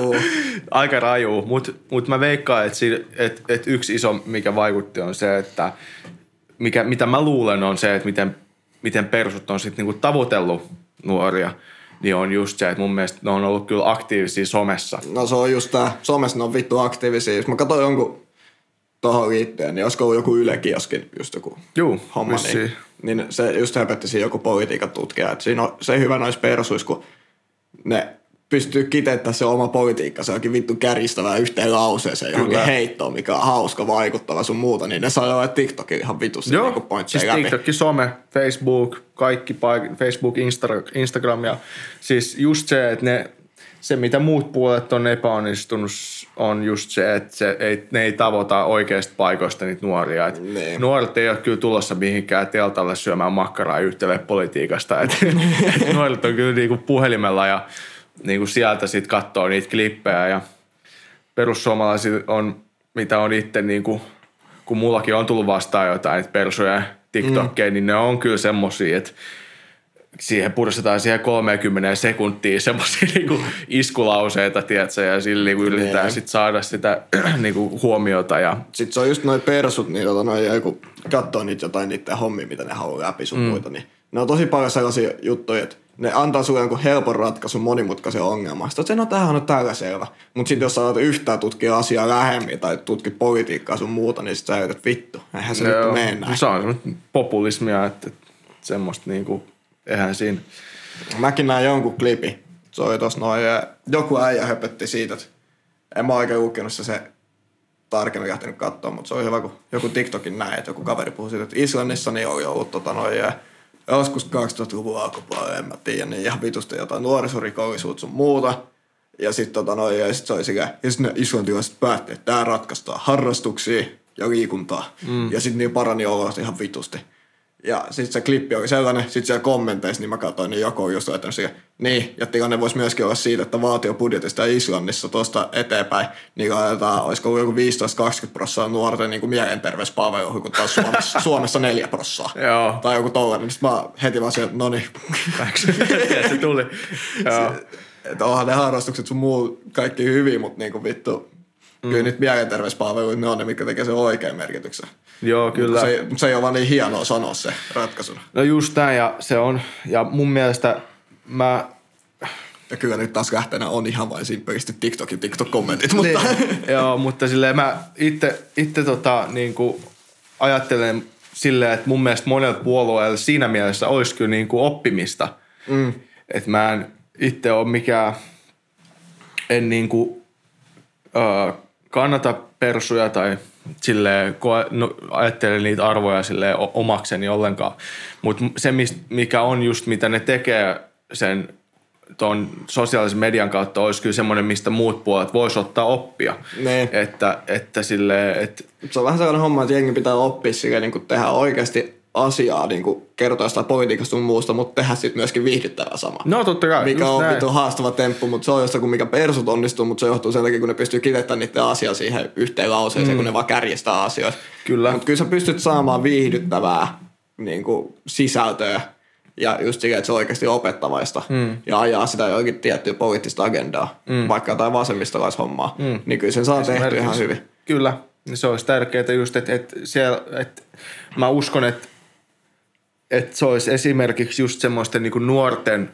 S2: Aika raju, mutta mut mä veikkaan, että et, et yksi iso, mikä vaikutti, on se, että mikä, mitä mä luulen on se, että miten, miten persut on sitten niinku tavoitellut nuoria. Niin on just se, että mun mielestä ne on ollut kyllä aktiivisia somessa.
S1: No se on just tää. Somessa ne on vittu aktiivisia. Jos mä katsoin jonkun tohon liittyen, niin olisiko ollut joku Yle-kioskin just joku
S2: Juu,
S1: homma. Niin, niin se just höpötti siinä joku politiikan tutkija. Että siinä on se hyvä noissa persuissa, kun ne pystyy kiteyttämään se oma politiikka. Se onkin vittu kärjistävää yhteen lauseeseen johonkin heittoon, mikä on hauska, vaikuttava sun muuta. Niin ne saa olla TikTokin ihan vitusti
S2: niin
S1: pointteja
S2: siis
S1: läpi.
S2: TikTok, some, Facebook, kaikki paik- Facebook, Insta- Instagram ja siis just se, että ne, se mitä muut puolet on epäonnistunut on just se, että se ei, ne ei tavoita oikeista paikoista niitä nuoria. Niin. Nuoret ei ole kyllä tulossa mihinkään teltalle syömään makkaraa ja yhtelee politiikasta. Et, et nuoret on kyllä niinku puhelimella ja niinku sieltä sitten katsoo niitä klippejä ja perussuomalaisia on, mitä on itse niinku, kun mullakin on tullut vastaan jotain niitä persuja TikTokkeja, mm. niin ne on kyllä semmosia, että siihen puristetaan siihen kolmekymmentä sekuntia semmoisia niinku iskulauseita, tiedätkö, ja sillä niinku yritetään sitten saada sitä niinku huomiota. Ja...
S1: Sitten se on just noi persut, niin tota, noi, kun katsoo niitä jotain niiden hommia, mitä ne haluaa läpi sun mm. muita, niin ne on tosi paljon sellaisia juttuja, että ne antaa sulle jonkun helpon ratkaisun monimutkaisen ongelmaan. Sitten että no tämähän on tällä selvä. Mutta sitten jos sä alat yhtään tutkia asiaa lähemmin tai tutkit politiikkaa sun muuta, niin sit sä yrität vittu. Eihän se vittu mene näin.
S2: Se on populismia, että, että semmoista niinku, eihän siinä.
S1: Mäkin näin jonkun klipi. Se oli tossa noin, ja joku äijä höpötti siitä, että en mä oikein lukenut se, se tarkemmin lähtenyt katsoa, mutta se oli hyvä, kun joku TikTokin näin, että joku kaveri puhui siitä, että Islannissa niin oli ollut tota noin, ja joskus kaksituhattaluvun alkupuolella, en mä tiedä, niin ihan vitusti jotain nuorisorikollisuutta sun muuta. Ja sitten tota noin, ja sit se oli sekä, ja sitten ne islantilaiset päätti, että tää ratkaistaan harrastuksia ja liikuntaa. Mm. Ja sitten niin parani olosta ihan vitusti. Ja sitten se klippi oli sellainen, sitten siellä kommenteissa, niin mä katsoin, niin joku on just laittanut siihen. Niin, ja tilanne voisi myöskin olla siitä, että valtiobudjetista Islannissa tuosta eteenpäin, niin laitetaan, olisiko ollut joku viisitoista kaksikymmentä prosenttia nuorten niin kuin mielenterveyspalveluihin, kun taas Suomessa, Suomessa neljä prosenttia.
S2: Joo.
S1: Tai joku tollainen. Sitten mä heti vaan sieltä, no niin.
S2: Se tuli. Joo.
S1: Että onhan ne harrastukset sun muu kaikki hyvin, mutta niin kuin vittu, mm. kyllä nyt mielenterveyspalveluita, ne on ne, mitkä tekee sen oikean merkityksen.
S2: Joo, kyllä.
S1: Mutta se, se ei ole vaan niin hienoa sanoa se ratkaisuna.
S2: No just näin, ja se on, ja mun mielestä mä...
S1: Ja kyllä nyt taas lähteenä on ihan vain simpelisti TikTokin TikTok-kommentit, mutta...
S2: Niin, joo, mutta silleen mä itse, itse tota, niin kuin ajattelen silleen, että mun mielestä monella puolueella siinä mielessä olisi kyllä niin kuin oppimista. Mm. Että mä en itse ole mikään, en niin kuin, äh, kannata persuja tai silleen, no, ajattelen niitä arvoja silleen omakseni ollenkaan. Mutta se, mikä on just mitä ne tekee sen tuon sosiaalisen median kautta, olisi kyllä semmoinen, mistä muut puolet vois ottaa oppia.
S1: Ne.
S2: Että, että silleen, että...
S1: Se on vähän sellainen homma, että jengi pitää oppia silleen, niin kuin tehdä oikeasti asiaa, niin kuin kertoa sitä politiikasta sun muusta, mutta tehdä sitten myöskin viihdyttävää sama.
S2: No totta kai.
S1: Mikä on vittu haastava temppu, mutta se on jostain, kun mikä persut onnistuu, mutta se johtuu sen takia, kun ne pystyy kiteyttämään niiden asiaa siihen yhteen lauseeseen, mm. kun ne vaan kärjestää asioita.
S2: Kyllä.
S1: Mutta kyllä sä pystyt saamaan viihdyttävää niin kuin sisältöä ja just sillä, että se on oikeasti opettavaista mm. ja ajaa sitä jokin tiettyä poliittista agendaa, mm. vaikka jotain vasemmistolaishommaa, mm. niin kyllä sen saa tehtyä ihan hyvin.
S2: Kyllä. Se olisi tärkeää just, että, että, siellä, että mä uskon, että, että se olisi esimerkiksi just semmoisten niin kuin nuorten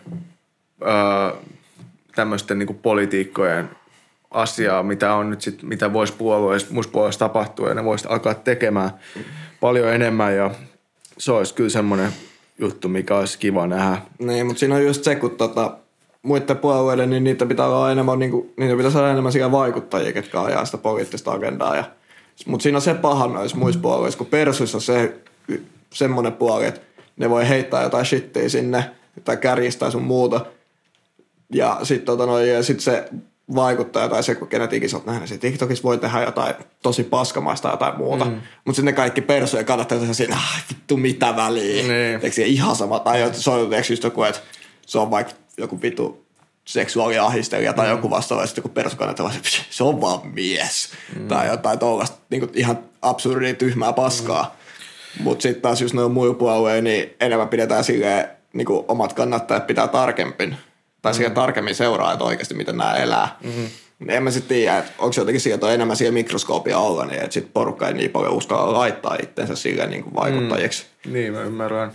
S2: ää, tämmöisten niin kuin politiikkojen asiaa, mitä on nyt sit, mitä voisi puolueessa, muissa puolueissa tapahtua ja ne voisi alkaa tekemään paljon enemmän ja se olisi kyllä semmoinen juttu, mikä olisi kiva nähdä.
S1: Niin, mutta siinä on just se, kun tota, muiden puolueiden, niin niitä pitää olla enemmän, niin kuin, niitä pitää saada enemmän siellä vaikuttajia, ketkä ajaa sitä poliittista agendaa. Ja, mutta siinä on se paha noissa muissa puolueissa, kun persuissa on se, semmoinen puoli, että ne voi heittää jotain shittiä sinne tai kärjistää sun muuta. Ja sitten tota sit se vaikuttaja tai se, kun kenet ikinä olet nähnyt, että TikTokissa voi tehdä jotain tosi paskamaista tai jotain muuta. Mm. Mutta sitten ne kaikki persuja kannattaa siinä, ah, vittu mitä väliä. Mm. Teekö ihan sama? Tai se on just joku, että se on vaikka joku vittu seksuaaliahistelija tai mm. joku vastaava, ja sitten kun persu kannattaa, se on vaan mies. Mm. Tai jotain tuollaista niin ihan absurdia tyhmää paskaa. Mm. Mutta sitten taas just noin muilla puolueilla, niin enemmän pidetään silleen, niin kuin omat kannattajat pitää tarkempin. Tai mm-hmm. tarkemmin seuraa, että oikeasti miten nämä elää. Mm-hmm. En mä sitten tiedä, että onko se jotenkin sieltä enemmän siellä mikroskoopia olla, niin että sitten porukka ei niin paljon uskalla laittaa itsensä silleen niin kuin vaikuttajiksi.
S2: Mm. Niin, mä ymmärrän.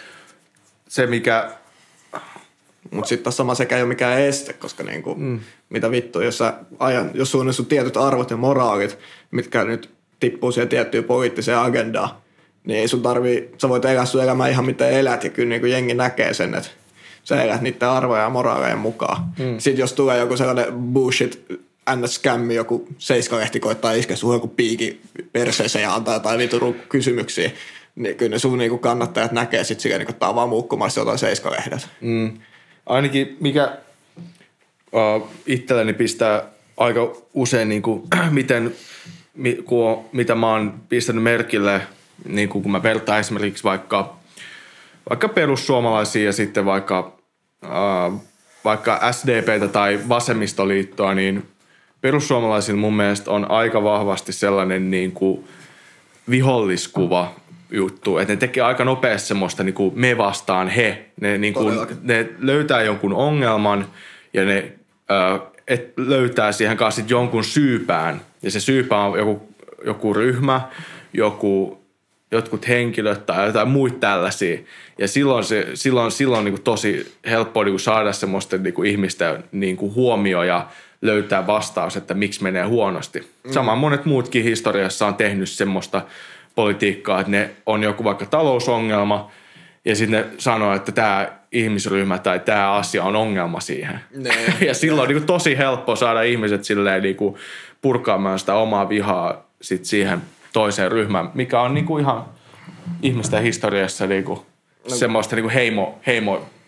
S2: Se mikä...
S1: Mutta sitten taas sama sekä ei ole mikään este, koska niinku, mm. mitä vittua, jos, sä ajan, jos sun on sun tietyt arvot ja moraalit, mitkä nyt tippuu siihen tiettyyn poliittiseen agendaan, niin ei sun tarvii, sä voit elää sun elämää ihan miten elät, ja kyllä niinku jengi näkee sen, että sä elät niiden arvoja ja moraaleja mukaan. Mm. Sitten jos tulee joku sellainen bullshit ns-skämmi, joku seiskalehti koittaa iskeä sun joku piiki perseeseen ja antaa jotain vitu kysymyksiä, niin kyllä ne sun niinku kannattajat näkee sit silleen, niin tää on vaan muukkumassa jotain seiskalehdet.
S2: Mm. Ainakin mikä uh, itselleni pistää aika usein, niin kuin, miten, mi, kun, mitä mä oon pistänyt merkille, niin kuin, kun mä vertaan esimerkiksi vaikka, vaikka perussuomalaisia ja sitten vaikka, uh, vaikka S D P:tä tai vasemmistoliittoa, niin perussuomalaisilla mun mielestä on aika vahvasti sellainen niin kuin viholliskuva juttu, että ne tekee aika nopeasti semmoista niin kuin me vastaan he. Ne, niin kuin, ne löytää jonkun ongelman ja ne äh, et löytää siihen kanssa jonkun syypään. Ja se syypää on joku, joku ryhmä, joku, jotkut henkilöt tai jotain muita tällaisia. Ja silloin, se, silloin, silloin niin kuin tosi helppoa niin kuin saada semmoista niin kuin ihmisten niin kuin huomio ja löytää vastaus, että miksi menee huonosti. Mm. Samaan monet muutkin historiassa on tehnyt semmoista politiikkaa, että ne on joku vaikka talousongelma ja sitten ne sanoo, että tämä ihmisryhmä tai tämä asia on ongelma siihen. Ne. Ja silloin on niin kuin tosi helppo saada ihmiset silleen niin kuin purkaamaan sitä omaa vihaa sit siihen toiseen ryhmään, mikä on niin kuin ihan ihmisten historiassa niin kuin no. semmoista niin kuin heimo, heimo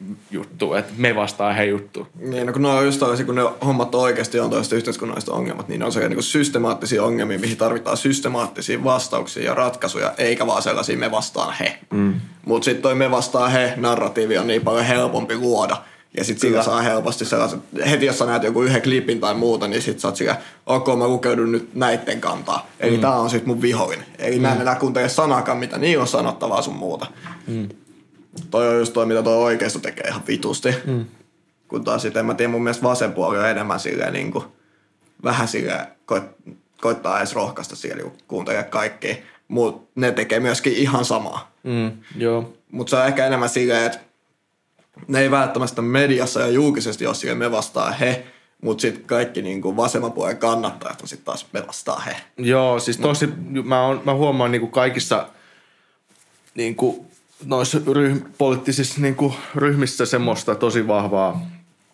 S2: juttu, että me vastaan he juttu.
S1: Niin, no kun ne on just tällaisia, kun ne hommat oikeasti on toista yhteiskunnalliset ongelmat, niin ne on sellaisia niin kuin systemaattisia ongelmia, mihin tarvitaan systemaattisia vastauksia ja ratkaisuja, eikä vaan sellaisia me vastaan he. Mm. Mutta sitten toi me vastaan he -narratiivi on niin paljon helpompi luoda. Ja sit sillä saa helposti sellaiset, heti jos sä näet joku yhden klipin tai muuta, niin sit sä oot sillä, ok, mä lukeudun nyt näitten kantaa. Eli mm. tää on sit mun vihollinen. Eli mm. mä en enää kuuntele sanakaan, mitä niillä on sanottavaa sun muuta. Mm. Toi on just toi, mitä toi oikeisto tekee ihan vitusti. Mm. Kun taas sit, en mä tiedä, mun mielestä vasen puoli on enemmän silleen niinku, vähän silleen, koit, koittaa edes rohkaista siellä, kun kuuntelee kaikkia. Mut ne tekee myöskin ihan samaa.
S2: Mm. Joo.
S1: Mut se on ehkä enemmän silleen, että ne ei välttämättä mediassa ja julkisesti ole siihen me vastaa he, mutta sitten kaikki niinku vasemman puolen kannattajat on sitten taas me vastaa he.
S2: Joo, siis tosi, mä, on, mä huomaan niinku kaikissa niinku noissa ryh, poliittisissa niinku ryhmissä semmoista tosi vahvaa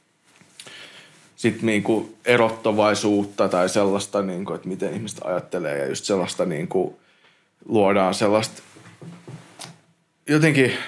S2: sit niinku erottavaisuutta tai sellaista, niinku, että miten ihmiset ajattelee ja just sellaista niinku, luodaan sellaista jotenkin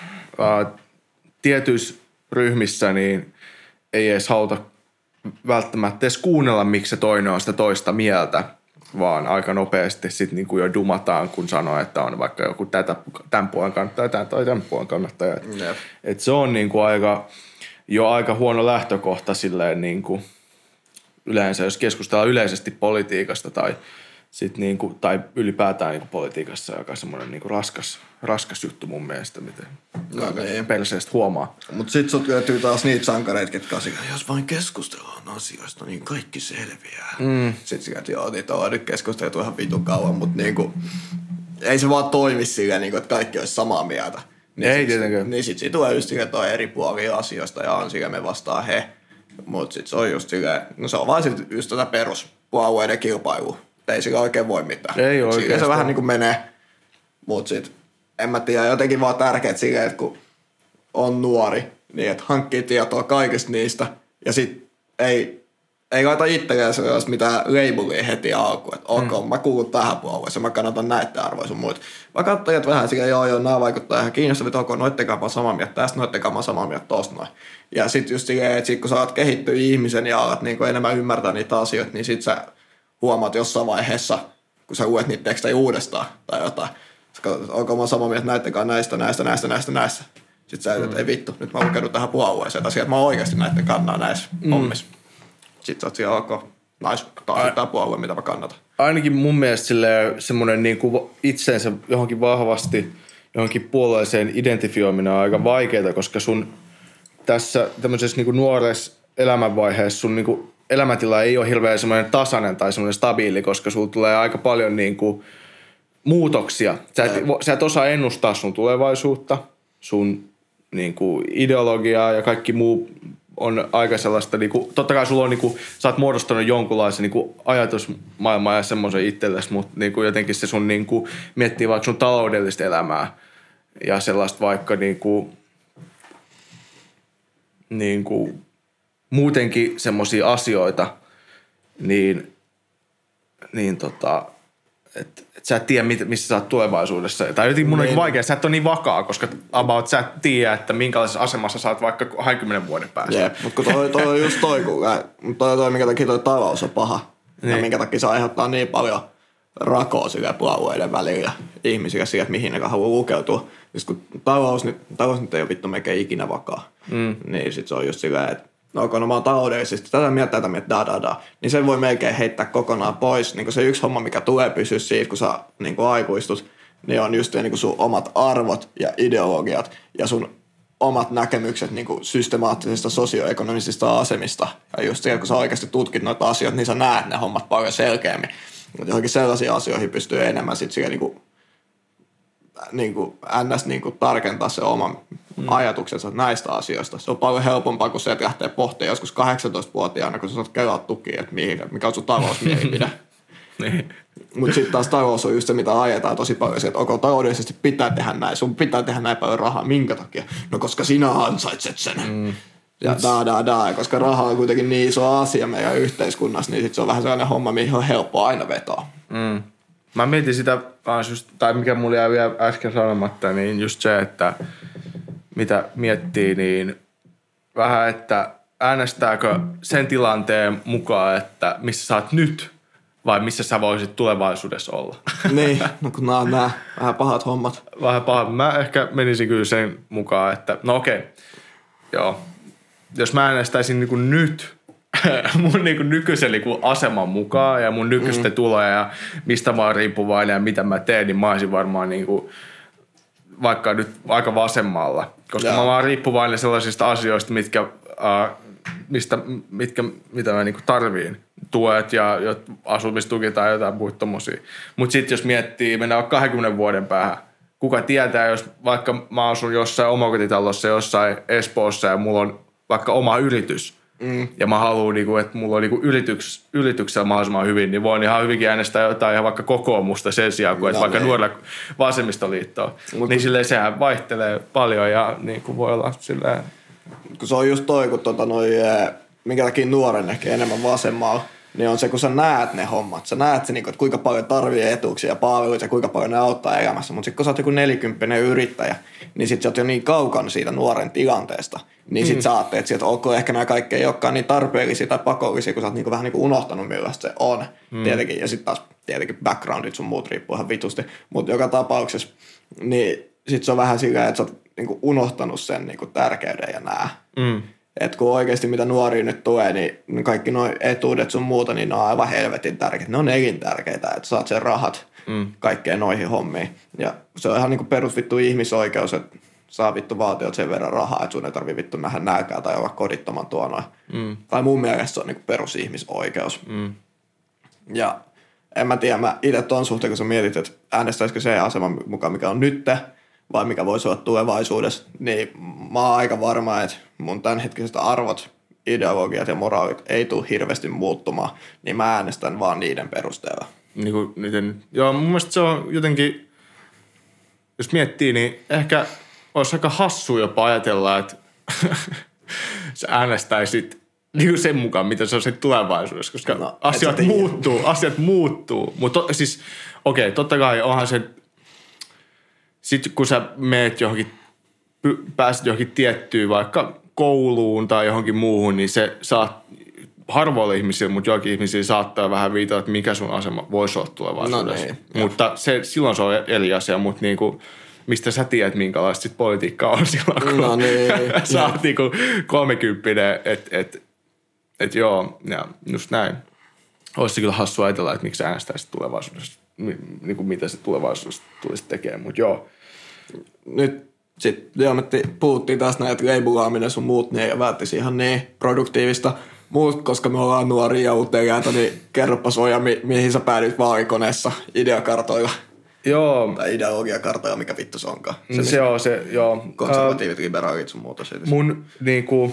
S2: äh, tietyissä ryhmissä niin ei edes haluta välttämättä edes kuunnella, miksi se toinen on sitä toista mieltä, vaan aika nopeasti sitten niinku jo dumataan, kun sanoo, että on vaikka joku tätä, tämän puolen kannattaja tai tämän puolen kannattaja. Yep. Et se on niinku aika, jo aika huono lähtökohta silleen niinku, yleensä, jos keskustellaan yleisesti politiikasta tai, sit niinku, tai ylipäätään niinku politiikassa, joka on semmoinen niinku raskas, raskas juttu mun mielestä, miten no, niin. perseestä huomaa.
S1: Mutta sit sut löytyy taas niitä sankareita, ketkä on sillä, jos vain keskustellaan asioista, niin kaikki selviää. Mm. Sitten sillä, että joo, niitä on nyt keskusteltu ihan vitun kauan, mutta niinku, ei se vaan toimi sillä, niinku, että kaikki olisi samaa mieltä. Niin
S2: ei tietenkään.
S1: Niin sit siitä tulee just sillä, että on eri puolia asioista ja on sillä, me vastaa he. Mutta sit se on just sillä, no se on vaan sit just tätä peruspuolueiden kilpailua. Ei sillä oikein voi mitään.
S2: Ei oikeastaan.
S1: Sillä se vähän niin kuin menee, mutta sit en mä tiedä, jotenkin vaan tärkeet silleen, että kun on nuori, niin että hankkii tietoa kaikista niistä ja sit ei, ei laita itselleen sellaista mitään labelia heti alkuun, että ok, mm. mä kuulun tähän puolueeseen, mä kannatan näitä arvoja sun muut. Mä katsoin, että vähän silleen, joo joo, nämä vaikuttaa ihan kiinnostavia, ok, noittekaan mä samaa mieltä tästä, noittekaan mä samaa mieltä tosta noin. Ja sit just silleen, että sit kun sä oot kehittyä ihmisen ja alat niin enemmän ymmärtää niitä asioita, niin sit sä huomaat jossain vaiheessa, kun sä luet niitä tekstejä uudestaan tai jotain. Sä katsot, että onko mä samaa mieltä näittenkaan näistä, näistä, näistä, näistä, näistä. Sitten sä että ei vittu, nyt mä lukenut tähän puolueeseen. Tai sieltä mä oon oikeasti näitten kannaa näissä mm. hommissa. Sitten sä oot siellä, ok, nais, taas tämä puolue, mitä mä kannatan.
S2: Ainakin mun mielestä semmoinen niinku itseensä johonkin vahvasti, johonkin puolueeseen identifioiminen on aika vaikeaa, koska sun tässä tämmöisessä niinku nuoressa elämänvaiheessa sun niinku elämäntila ei ole hirveän semmoinen tasainen tai semmoinen stabiili, koska sulla tulee aika paljon niinku muutoksia. Sä et, sä et osaa ennustaa sun tulevaisuutta, sun niinku ideologiaa ja kaikki muu on aika sellaista, niinku, totta kai sulla on, niinku, sä oot muodostanut jonkunlaisen niinku, ajatusmaailmaa ja semmoisen itsellesi, mutta niinku, jotenkin se sun niinku, miettii vaikka sun taloudellista elämää ja sellaista vaikka niinku, niinku, muutenkin semmoisia asioita, niin, niin tota, että et sä et tiedä, missä sä oot tulevaisuudessa. Tai jotenkin mun on niin vaikea, sä et ole niin vakaa, koska about sä et tiedä, että minkälaisessa asemassa sä oot vaikka kaksikymmentä vuoden päästä.
S1: Jep, mutta toi, toi on just toi, kun toi, toi, minkä takia toi talous on paha. Niin. Ja minkä takia se aiheuttaa niin paljon rakoa sillä puolueiden välillä ihmisillä siihen, että mihin ne haluaa lukeutua. Siis kun talous nyt, talous nyt ei ole vittu melkein ikinä vakaa, mm. niin sit se on just sillä, että no kun mä oon taloudellisesti tätä mieltä, tätä mieltä, da, da, da, niin sen voi melkein heittää kokonaan pois. Niin se yksi homma, mikä tulee pysyä siitä, kun sä niin kun aikuistut, niin on just niin sun omat arvot ja ideologiat ja sun omat näkemykset niin systemaattisista sosioekonomisista asemista. Ja just siellä, kun sä oikeasti tutkit noita asioita, niin sä näet ne hommat paljon selkeämmin. Mutta johonkin sellaisiin asioihin pystyy enemmän sit siellä niin kuin, niin kuin ns. Niin kuin tarkentaa se oman mm. ajatuksensa näistä asioista. Se on paljon helpompaa, kun se lähtee pohtimaan joskus kahdeksantoistavuotiaana, kun sä saat kelaa tukia, että mikä on sun talousmielipide. niin. Mutta sitten taas talous on just se, mitä ajetaan tosi paljon. Että onko taloudellisesti pitää tehdä näin, sun pitää tehdä näin paljon rahaa. Minkä takia? No koska sinä ansaitset sen. Mm. Ja da, da, da. Koska raha on kuitenkin niin iso asia meidän yhteiskunnassa, niin sit se on vähän sellainen homma, mihin on helppo aina vetoa.
S2: Mm. Mä mietin sitä, just, tai mikä mulla jäi vielä äsken sanomatta, niin just se, että mitä miettii, niin vähän, että äänestääkö sen tilanteen mukaan, että missä sä oot nyt vai missä sä voisit tulevaisuudessa olla?
S1: Niin, no kun nämä on nämä vähän pahat hommat.
S2: Vähän pahat. Mä ehkä menisin kyllä sen mukaan, että no okei, joo. Jos mä äänestäisin niin kuin nyt mun niin kuin nykyisen niin kuin aseman mukaan ja mun nykyisten mm. tuloja ja mistä mä oon riippuvainen ja mitä mä teen, niin mä olisin varmaan niin kuin vaikka nyt aika vasemmalla. Koska Jaa. mä oon riippuvainen sellaisista asioista, mitkä, äh, mistä, mitkä, mitä mä niin kuin tarviin. Tuet ja asumistuki tai jotain muita tommosia. Mutta sitten jos miettii, mennään kahdenkymmenen vuoden päähän, kuka tietää, jos vaikka mä asun jossain omakotitalossa jossain Espoossa ja mulla on vaikka oma yritys, mm. ja mä haluan, niinku, että mulla on niinku yrityks, yrityksellä mahdollisimman hyvin, niin voin ihan hyvinkin äänestää jotain ihan vaikka kokoomusta sen sijaan, kuin no, vaikka niin. nuorella vasemmistoliittoa. Mut niin silleen sehän vaihtelee paljon ja niinku voi olla silleen.
S1: Kun se on just toi, kun tota noi, minkä takia nuoren ehkä enemmän vasemmalla, niin on se, kun sä näet ne hommat. Sä näet se, että kuinka paljon tarvii etuuksia ja palveluita ja kuinka paljon ne auttaa elämässä. Mutta sitten kun sä oot joku nelikymppinen yrittäjä, niin sit sä oot jo niin kaukana siitä nuoren tilanteesta. Niin sit mm. sä ajattelet, että ok, ehkä nämä kaikki ei olekaan niin tarpeellisia tai pakollisia, kun sä oot niinku vähän niinku unohtanut millaista se on. Mm. Tietenkin. Ja sitten taas tietenkin backgroundit sun muut riippuu ihan vitusti. Mutta joka tapauksessa, niin sit se on vähän sillä, että sä oot niinku unohtanut sen niinku tärkeyden ja nää. Mm. Että kun oikeasti mitä nuoria nyt tulee, niin kaikki nuo etuudet sun muuta, niin ne on aivan helvetin tärkeitä. Ne on elintärkeitä, että saat sen rahat mm. kaikkeen noihin hommiin. Ja se on ihan niin kuin perusvittu ihmisoikeus, että saa vittu valtiot sen verran rahaa, että sun ei tarvitse vittu nähdä nälkää tai olla kodittoman tuona. Mm. Tai mun mielestä se on niin kuin perusihmisoikeus. Mm. Ja en mä tiedä, mä itse ton suhteen, kun sä mietit, että äänestäisikö se aseman mukaan, mikä on nyt, vai mikä voisi olla tulevaisuudessa, niin mä oon aika varma, että mun tämänhetkiset arvot, ideologiat ja moraalit ei tule hirveästi muuttumaan, niin mä äänestän vaan niiden perusteella.
S2: Niin kuin niiden, joo, mun mielestä se on jotenkin, jos miettii, niin ehkä olisi aika hassua jopa ajatella, että sä äänestäisit niin kuin sen mukaan, mitä se on sitten tulevaisuudessa, koska no, asiat muuttuu, asiat muuttuu. Mutta siis, okei, okay, totta kai onhan se, sitten kun sä meet johonkin, pääset johonkin tiettyyn vaikka kouluun tai johonkin muuhun, niin se saat harvoille ihmisille, mutta jokin ihmisille saattaa vähän viitata, että mikä sun asema voisi olla tulevaisuudessa. No niin, mutta se, silloin se on eri asia, mutta niinku, mistä sä tiedät, minkälaista sit politiikkaa on silloin, kun no niin, sä oot niinku kolmekymppinen, että et, et joo, ja just näin. Olisi kyllä hassua ajatella, että miksi sä äänestäisit tulevaisuudessa, niin kuin mitä se tulevaisuudessa tulisi tekemään, mutta joo.
S1: Nyt sitten joo, me puhuttiin taas näitä leibulaaminen sun muut, niin ei välttäisi ihan niin produktiivista. Muut, koska me ollaan nuoria ja uteliaita, niin kerropas Oja, mi- mihin sä päädyit vaalikoneessa ideakartoilla.
S2: Joo.
S1: Tai ideologiakartoilla, mikä vittu se onkaan.
S2: Se, se on se, joo.
S1: Konservatiivit, uh, liberaalit sun muuta siitä.
S2: Mun niinku,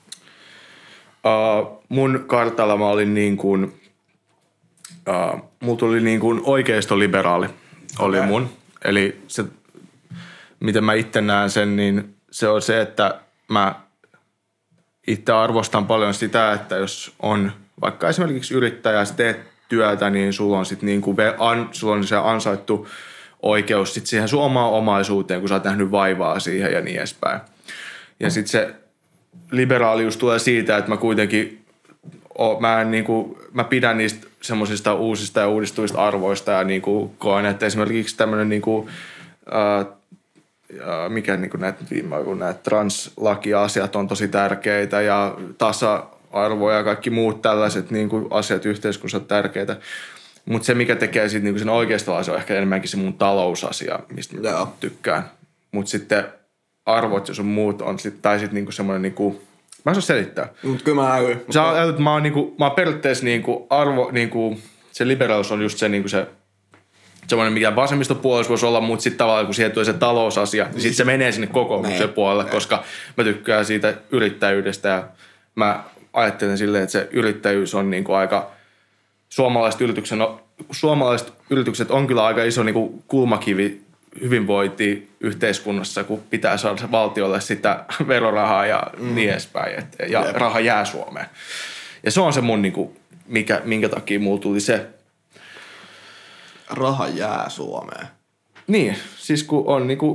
S2: uh, mun kartalla mä olin niin kuin, uh, mulla tuli niin kuin oikeistoliberaali oli okay. mun. Eli se, miten mä itse näen sen, niin se on se, että mä itse arvostan paljon sitä, että jos on vaikka esimerkiksi yrittäjä, sä teet työtä, niin sulla on sitten niin kuin, sulla on se ansaittu oikeus sit siihen sun omaan omaisuuteen, kun sä oot nähnyt vaivaa siihen ja niin edespäin. Ja sitten se liberaalius tulee siitä, että mä kuitenkin mä, en, niin kuin, mä pidän niistä semmoisista uusista ja uudistuvista arvoista ja niin kuin koen, että esimerkiksi tämmöinen niin kuin, ää, ja mikä niin kuin näitä viime aikoina näitä translakiasiat on tosi tärkeitä ja tasa-arvo ja kaikki muut tällaiset niin kuin asiat yhteiskunnassa on tärkeitä. Mutta se, mikä tekee siitä, niin kuin sen oikeistolaisen, on ehkä enemmänkin se mun talousasia, mistä mä Joo. tykkään. Mutta sitten arvot ja sun muut on sit, tai sitten niinku semmoinen niinku, mä en saa selittää.
S1: Mut kyllä mä äly.
S2: Sä äly, mä oon niinku, mä oon periaatteessa niinku arvo, niinku, se liberaalisuus on just se niinku se, semmoinen mikä vasemmistopuolella voisi olla, mutta sitten tavallaan kun siihen tulee se talousasia, niin sitten se menee sinne kokoomuksen puolelle, ne. Koska mä tykkään siitä yrittäjyydestä ja mä ajattelen silleen, että se yrittäjyys on niinku aika, suomalaiset yritykset, no, suomalaiset yritykset on kyllä aika iso niinku kulmakivi hyvinvointi yhteiskunnassa, kun pitää saada valtiolle sitä verorahaa ja mm. niin edespäin. Et, ja Jep. raha jää Suomeen. Ja se on se mun, niinku, mikä, minkä takia mulla tuli se.
S1: Raha jää Suomeen.
S2: Niin, siis kun on niinku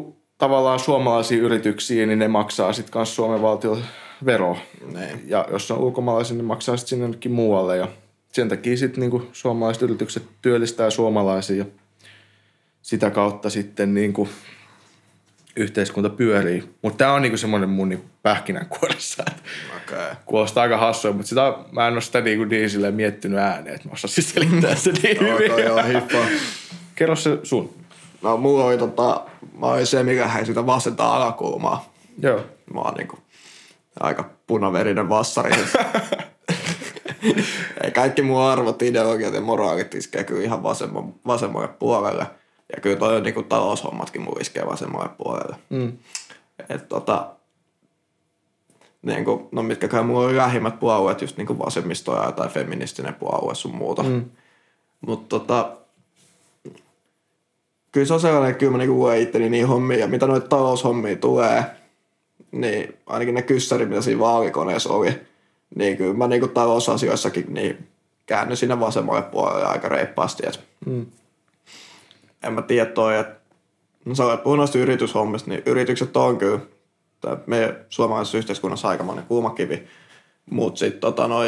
S2: tavallaan suomalaisia yrityksiä, niin ne maksaa sitten kanssa Suomen valtiolle veroa.
S1: Niin.
S2: Ja jos on ulkomaalaisia, niin maksaa sitten sinnekin muualle. Ja sen takia sitten niinku suomalaiset yritykset työllistää suomalaisia ja sitä kautta sitten niinku yhteiskunta pyörii. Mutta tämä on niinku semmoinen mun niinku pähkinänkuoressa.
S1: Okay.
S2: Kuulostaa aika hassua, mutta sitä, mä en ole sitä niinku niin silleen miettinyt ääneen, että mä osaisin selittää se niin hyvin.
S1: Okay, joo, hippa.
S2: Kerro se sun.
S1: No mulla oli tota, mä olin se, mikä hei sitä vasenta alakulmaa.
S2: Joo.
S1: Mä oon niinku aika punaverinen vassari. Ei kaikki mun arvot, ideologiat ja moraalit iskee kyllä ihan vasemman, vasemmalle puolelle. Ja kyllä toi on niinku taloushommatkin mun iskee vasemmalle puolelle.
S2: Mm.
S1: Et tota, niinku, no mitkäkään mulla oli lähimmät puolueet, just niinku vasemmistoja tai feministinen puolue sun muuta. Mm. Mut tota, kyllä se on sellainen, kyllä mä niinku luen itteni niin hommia. Ja mitä noita taloushommia tulee, niin ainakin ne kyssärit, mitä siinä vaalikoneessa oli, niin kyllä mä niinku talousasioissakin niin käännyn sinne vasemmalle puolelle aika reippaasti. Et mm. En mä tiedä toi, että no sä olet puhunut noista yrityshommista, niin yritykset on kyllä meidän suomalaisessa yhteiskunnassa aikamoinen kulmakivi. Mutta sitten tota noi,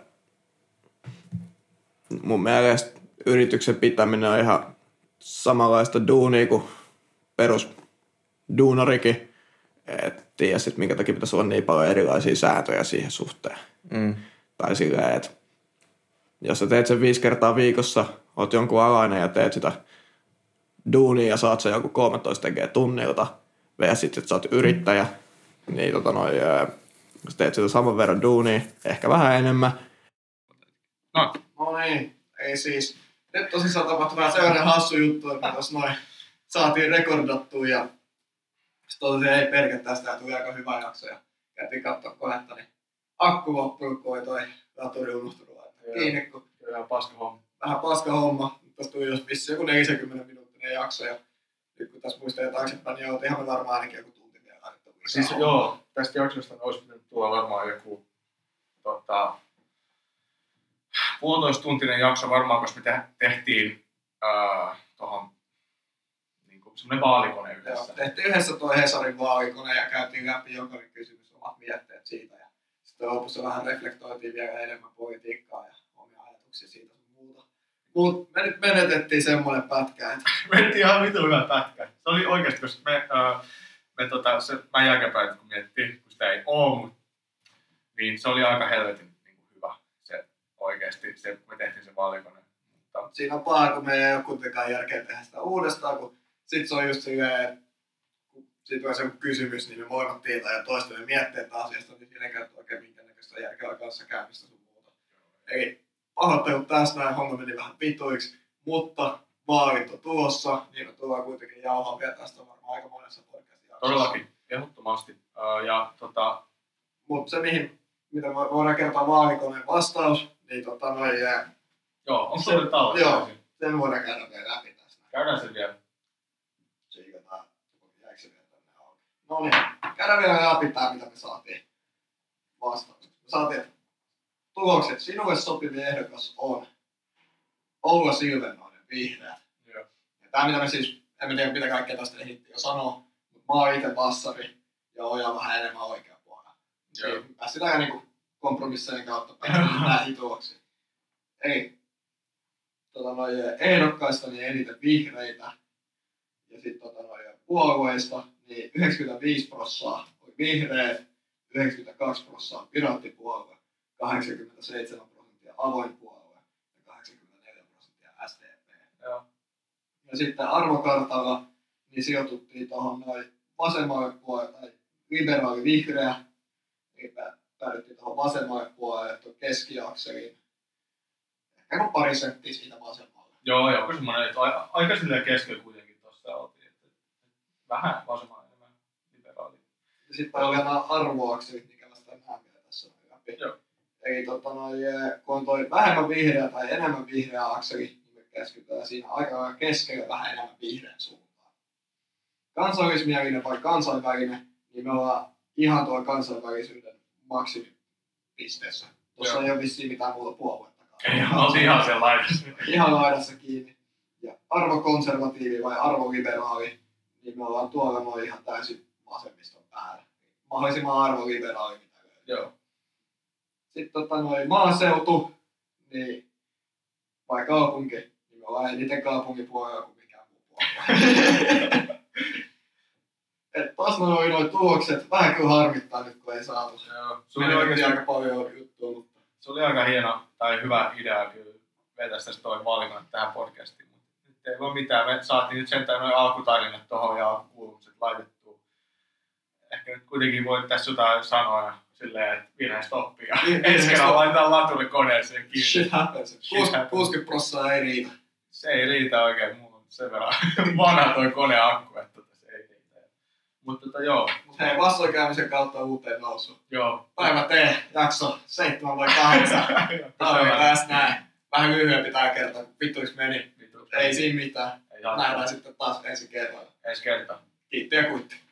S1: mun mielestä yrityksen pitäminen on ihan samanlaista duunia kuin perus duunarikin. Et tiedä sit minkä takia pitäisi olla niin paljon erilaisia sääntöjä siihen suhteen. Mm. Tai silleen, että jos sä teet sen viisi kertaa viikossa, oot jonkun alainen ja teet sitä duunia ja saat sen joku kolmetoista tekee tunnilta, ja sitten että sä oot yrittäjä, niin tota noi, jos teet sitä saman verran duunia, ehkä vähän enemmän.
S3: No, no niin, ei siis. Nyt tosissaan tapahtui vähän sellainen hassu juttu, että tuossa noin saatiin rekordattua ja tosiaan ei pelkä tästä ja tuli aika hyvä jakso ja käytiin katsoa konetta, niin akku loppui, kun oli toi laturi unohtunut laittaa kiinni, kun
S2: vähän paska homma.
S3: Vähän paska homma. Tässä tuli just vissiin joku neljäkymmentä minuuttinen jakso ja nyt kun tässä muistaa taaksepäin, niin oltiin ihan varmaan ainakin joku tunti vielä.
S2: Siis homma. Joo, tästä jaksosta olisi pitänyt tulla varmaan joku tota, puolitoista tuntinen jakso varmaan, koska me tehtiin äh, tuohon niinku semmoinen vaalikone yhdessä.
S3: Joo, tehtiin yhdessä tuo Hesarin vaalikone ja käytiin läpi jokainen kysymys, omat mietteet siitä. Ja sitten lopussa vähän reflektoitiin vielä enemmän politiikkaa ja omia ajatuksia siitä sun muuta. Mutta me nyt menetettiin semmoinen pätkä, että
S2: menettiin ihan vitun hyvä pätkä. Se oli oikeasti, koska me, äh, me tota, se, mä jälkeenpäin kun miettii, kun sitä ei oo, mut, niin se oli aika helvetin niin kuin hyvä. Se oikeasti, se, me tehtiin se vaalikone. Mutta
S3: siinä on paha, kun me ei ole kuitenkaan järkeä tehdä sitä uudestaan, kun sit se on just silleen, että kun siitä on se kysymys, niin me molemmat tietää ja toistemme mietteitä asiasta, niin siinä ei käytä oikein minkäännäköistä järkeä kanssa käymistä sun muuta. Eli pahoittelut tässä näin, homma meni vähän vituiksi, mutta vaalit on tulossa, niin me tullaan kuitenkin jauhaa vielä tästä varmaan aika monessa podcastia.
S2: Todellakin, ehdottomasti. Uh, ja tota...
S3: Mutta se, mihin, mitä voidaan kertoa vaalikoneen vastaus, niin tota noin jää.
S2: Joo, onko se nyt tallessa?
S3: Joo, sen voidaan käydä vielä läpi tästä.
S2: Käydään sen vielä.
S3: Siikataan, jäikö se vielä tänne auki. No niin, käydään vielä läpi tää, mitä me saatiin vastaukset. Me saatiin tulokset. Sinulle sopiva ehdokas on Oula Silvennoinen, vihreät.
S2: Joo.
S3: Ja tää, mitä me siis, en tiedä mitä kaikkea tästä ehdittiin jo sanoa, mutta mä oon ite vassari ja Oja vähän enemmän oikea puolella. Niin päästään aika niinku kompromissejen kautta päästään näihin tuloksiin. Eli tota, ehdokkaista niin eniten vihreitä ja sitten tota, puolueista niin yhdeksänkymmentäviisi prosenttia oli vihreät, yhdeksänkymmentäkaksi prosenttia piraattipuolue, kahdeksankymmentäseitsemän prosenttia avoin puolue ja kahdeksankymmentäneljä prosenttia S D P.
S2: Joo.
S3: Ja sitten arvokartalla niin sijoituttiin tuohon noin vasemmalle puolelle tai liberaali vihreä, eli päädyttiin tuohon vasemmalle puolelle tuon keskiakseliin. Ehkä kun pari senttiä siitä vasemmalle.
S2: Joo, joo, semmoinen, että aika, aika silleen keskellä kuitenkin tuossa oltiin, että vähän vasemmalle enemmän liberaali.
S3: Ja sitten on vielä arvoakselit, mikä vasta nähdään vielä tässä läpi.
S2: Joo.
S3: Eli tota, noi, kun on toi vähemmän vihreä tai enemmän vihreä akseli, niin me keskitytään siinä aika keskellä vähän enemmän vihreän suuntaan. Kansallismielinen vai kansainvälinen, niin me ollaan ihan tuon kansainvälisyyden maksimipisteessä. Tuossa ei ole vissiin mitään muuta puoluettakaan.
S2: Ei, oltiin ihan siellä laidassa.
S3: Ihan laidassa kiinni. Ja arvokonservatiivi vai arvoliberaali, niin me ollaan tuolla noin ihan täysin vasemmiston päällä. Mahdollisimman arvoliberaali mitä löytyy.
S4: Joo.
S3: Sitten tota noin maaseutu, niin vai kaupunki, niin me ollaan eniten kaupunkipuolella kuin mikään muu puolella. Et taas noin noin tulokset, vähän kyllä harmittaa nyt kun ei saatu.
S4: Joo.
S3: Se oli oikeasti aika paljon juttua, mutta...
S4: Se oli aika hieno tai hyvä idea kyllä vetäisi toi valinnat tähän podcastiin. Mutta nyt ei ole mitään, me saatiin nyt sentään noin alkutarinat tuohon ja alkukuulumukset laitettua. Ehkä nyt kuitenkin voi tässä jotain sanoa silleen, että virheistä oppii. Ja ensi kerran laitetaan laturi koneeseen kiinni.
S3: Shit happens. kuusikymmentä prosenttia ei riitä.
S4: Se ei riitä oikein, mulla on sen verran vanha toi koneakku, että se ei riitä. Mutta tota joo.
S3: Mut hei, vastoinkäymisen kautta uuteen nousuun.
S4: Joo.
S3: Päivä T, jakso seitsemän vai kahdeksan. Tämä oli tässä näin. Vähän lyhyempi tää kerta, vittuiksi meni. Vittuiksi. Ei siinä mitään. Nähdään sitten taas ensi kerralla.
S4: Ensi kertaa.
S3: Kiitti ja kuitti.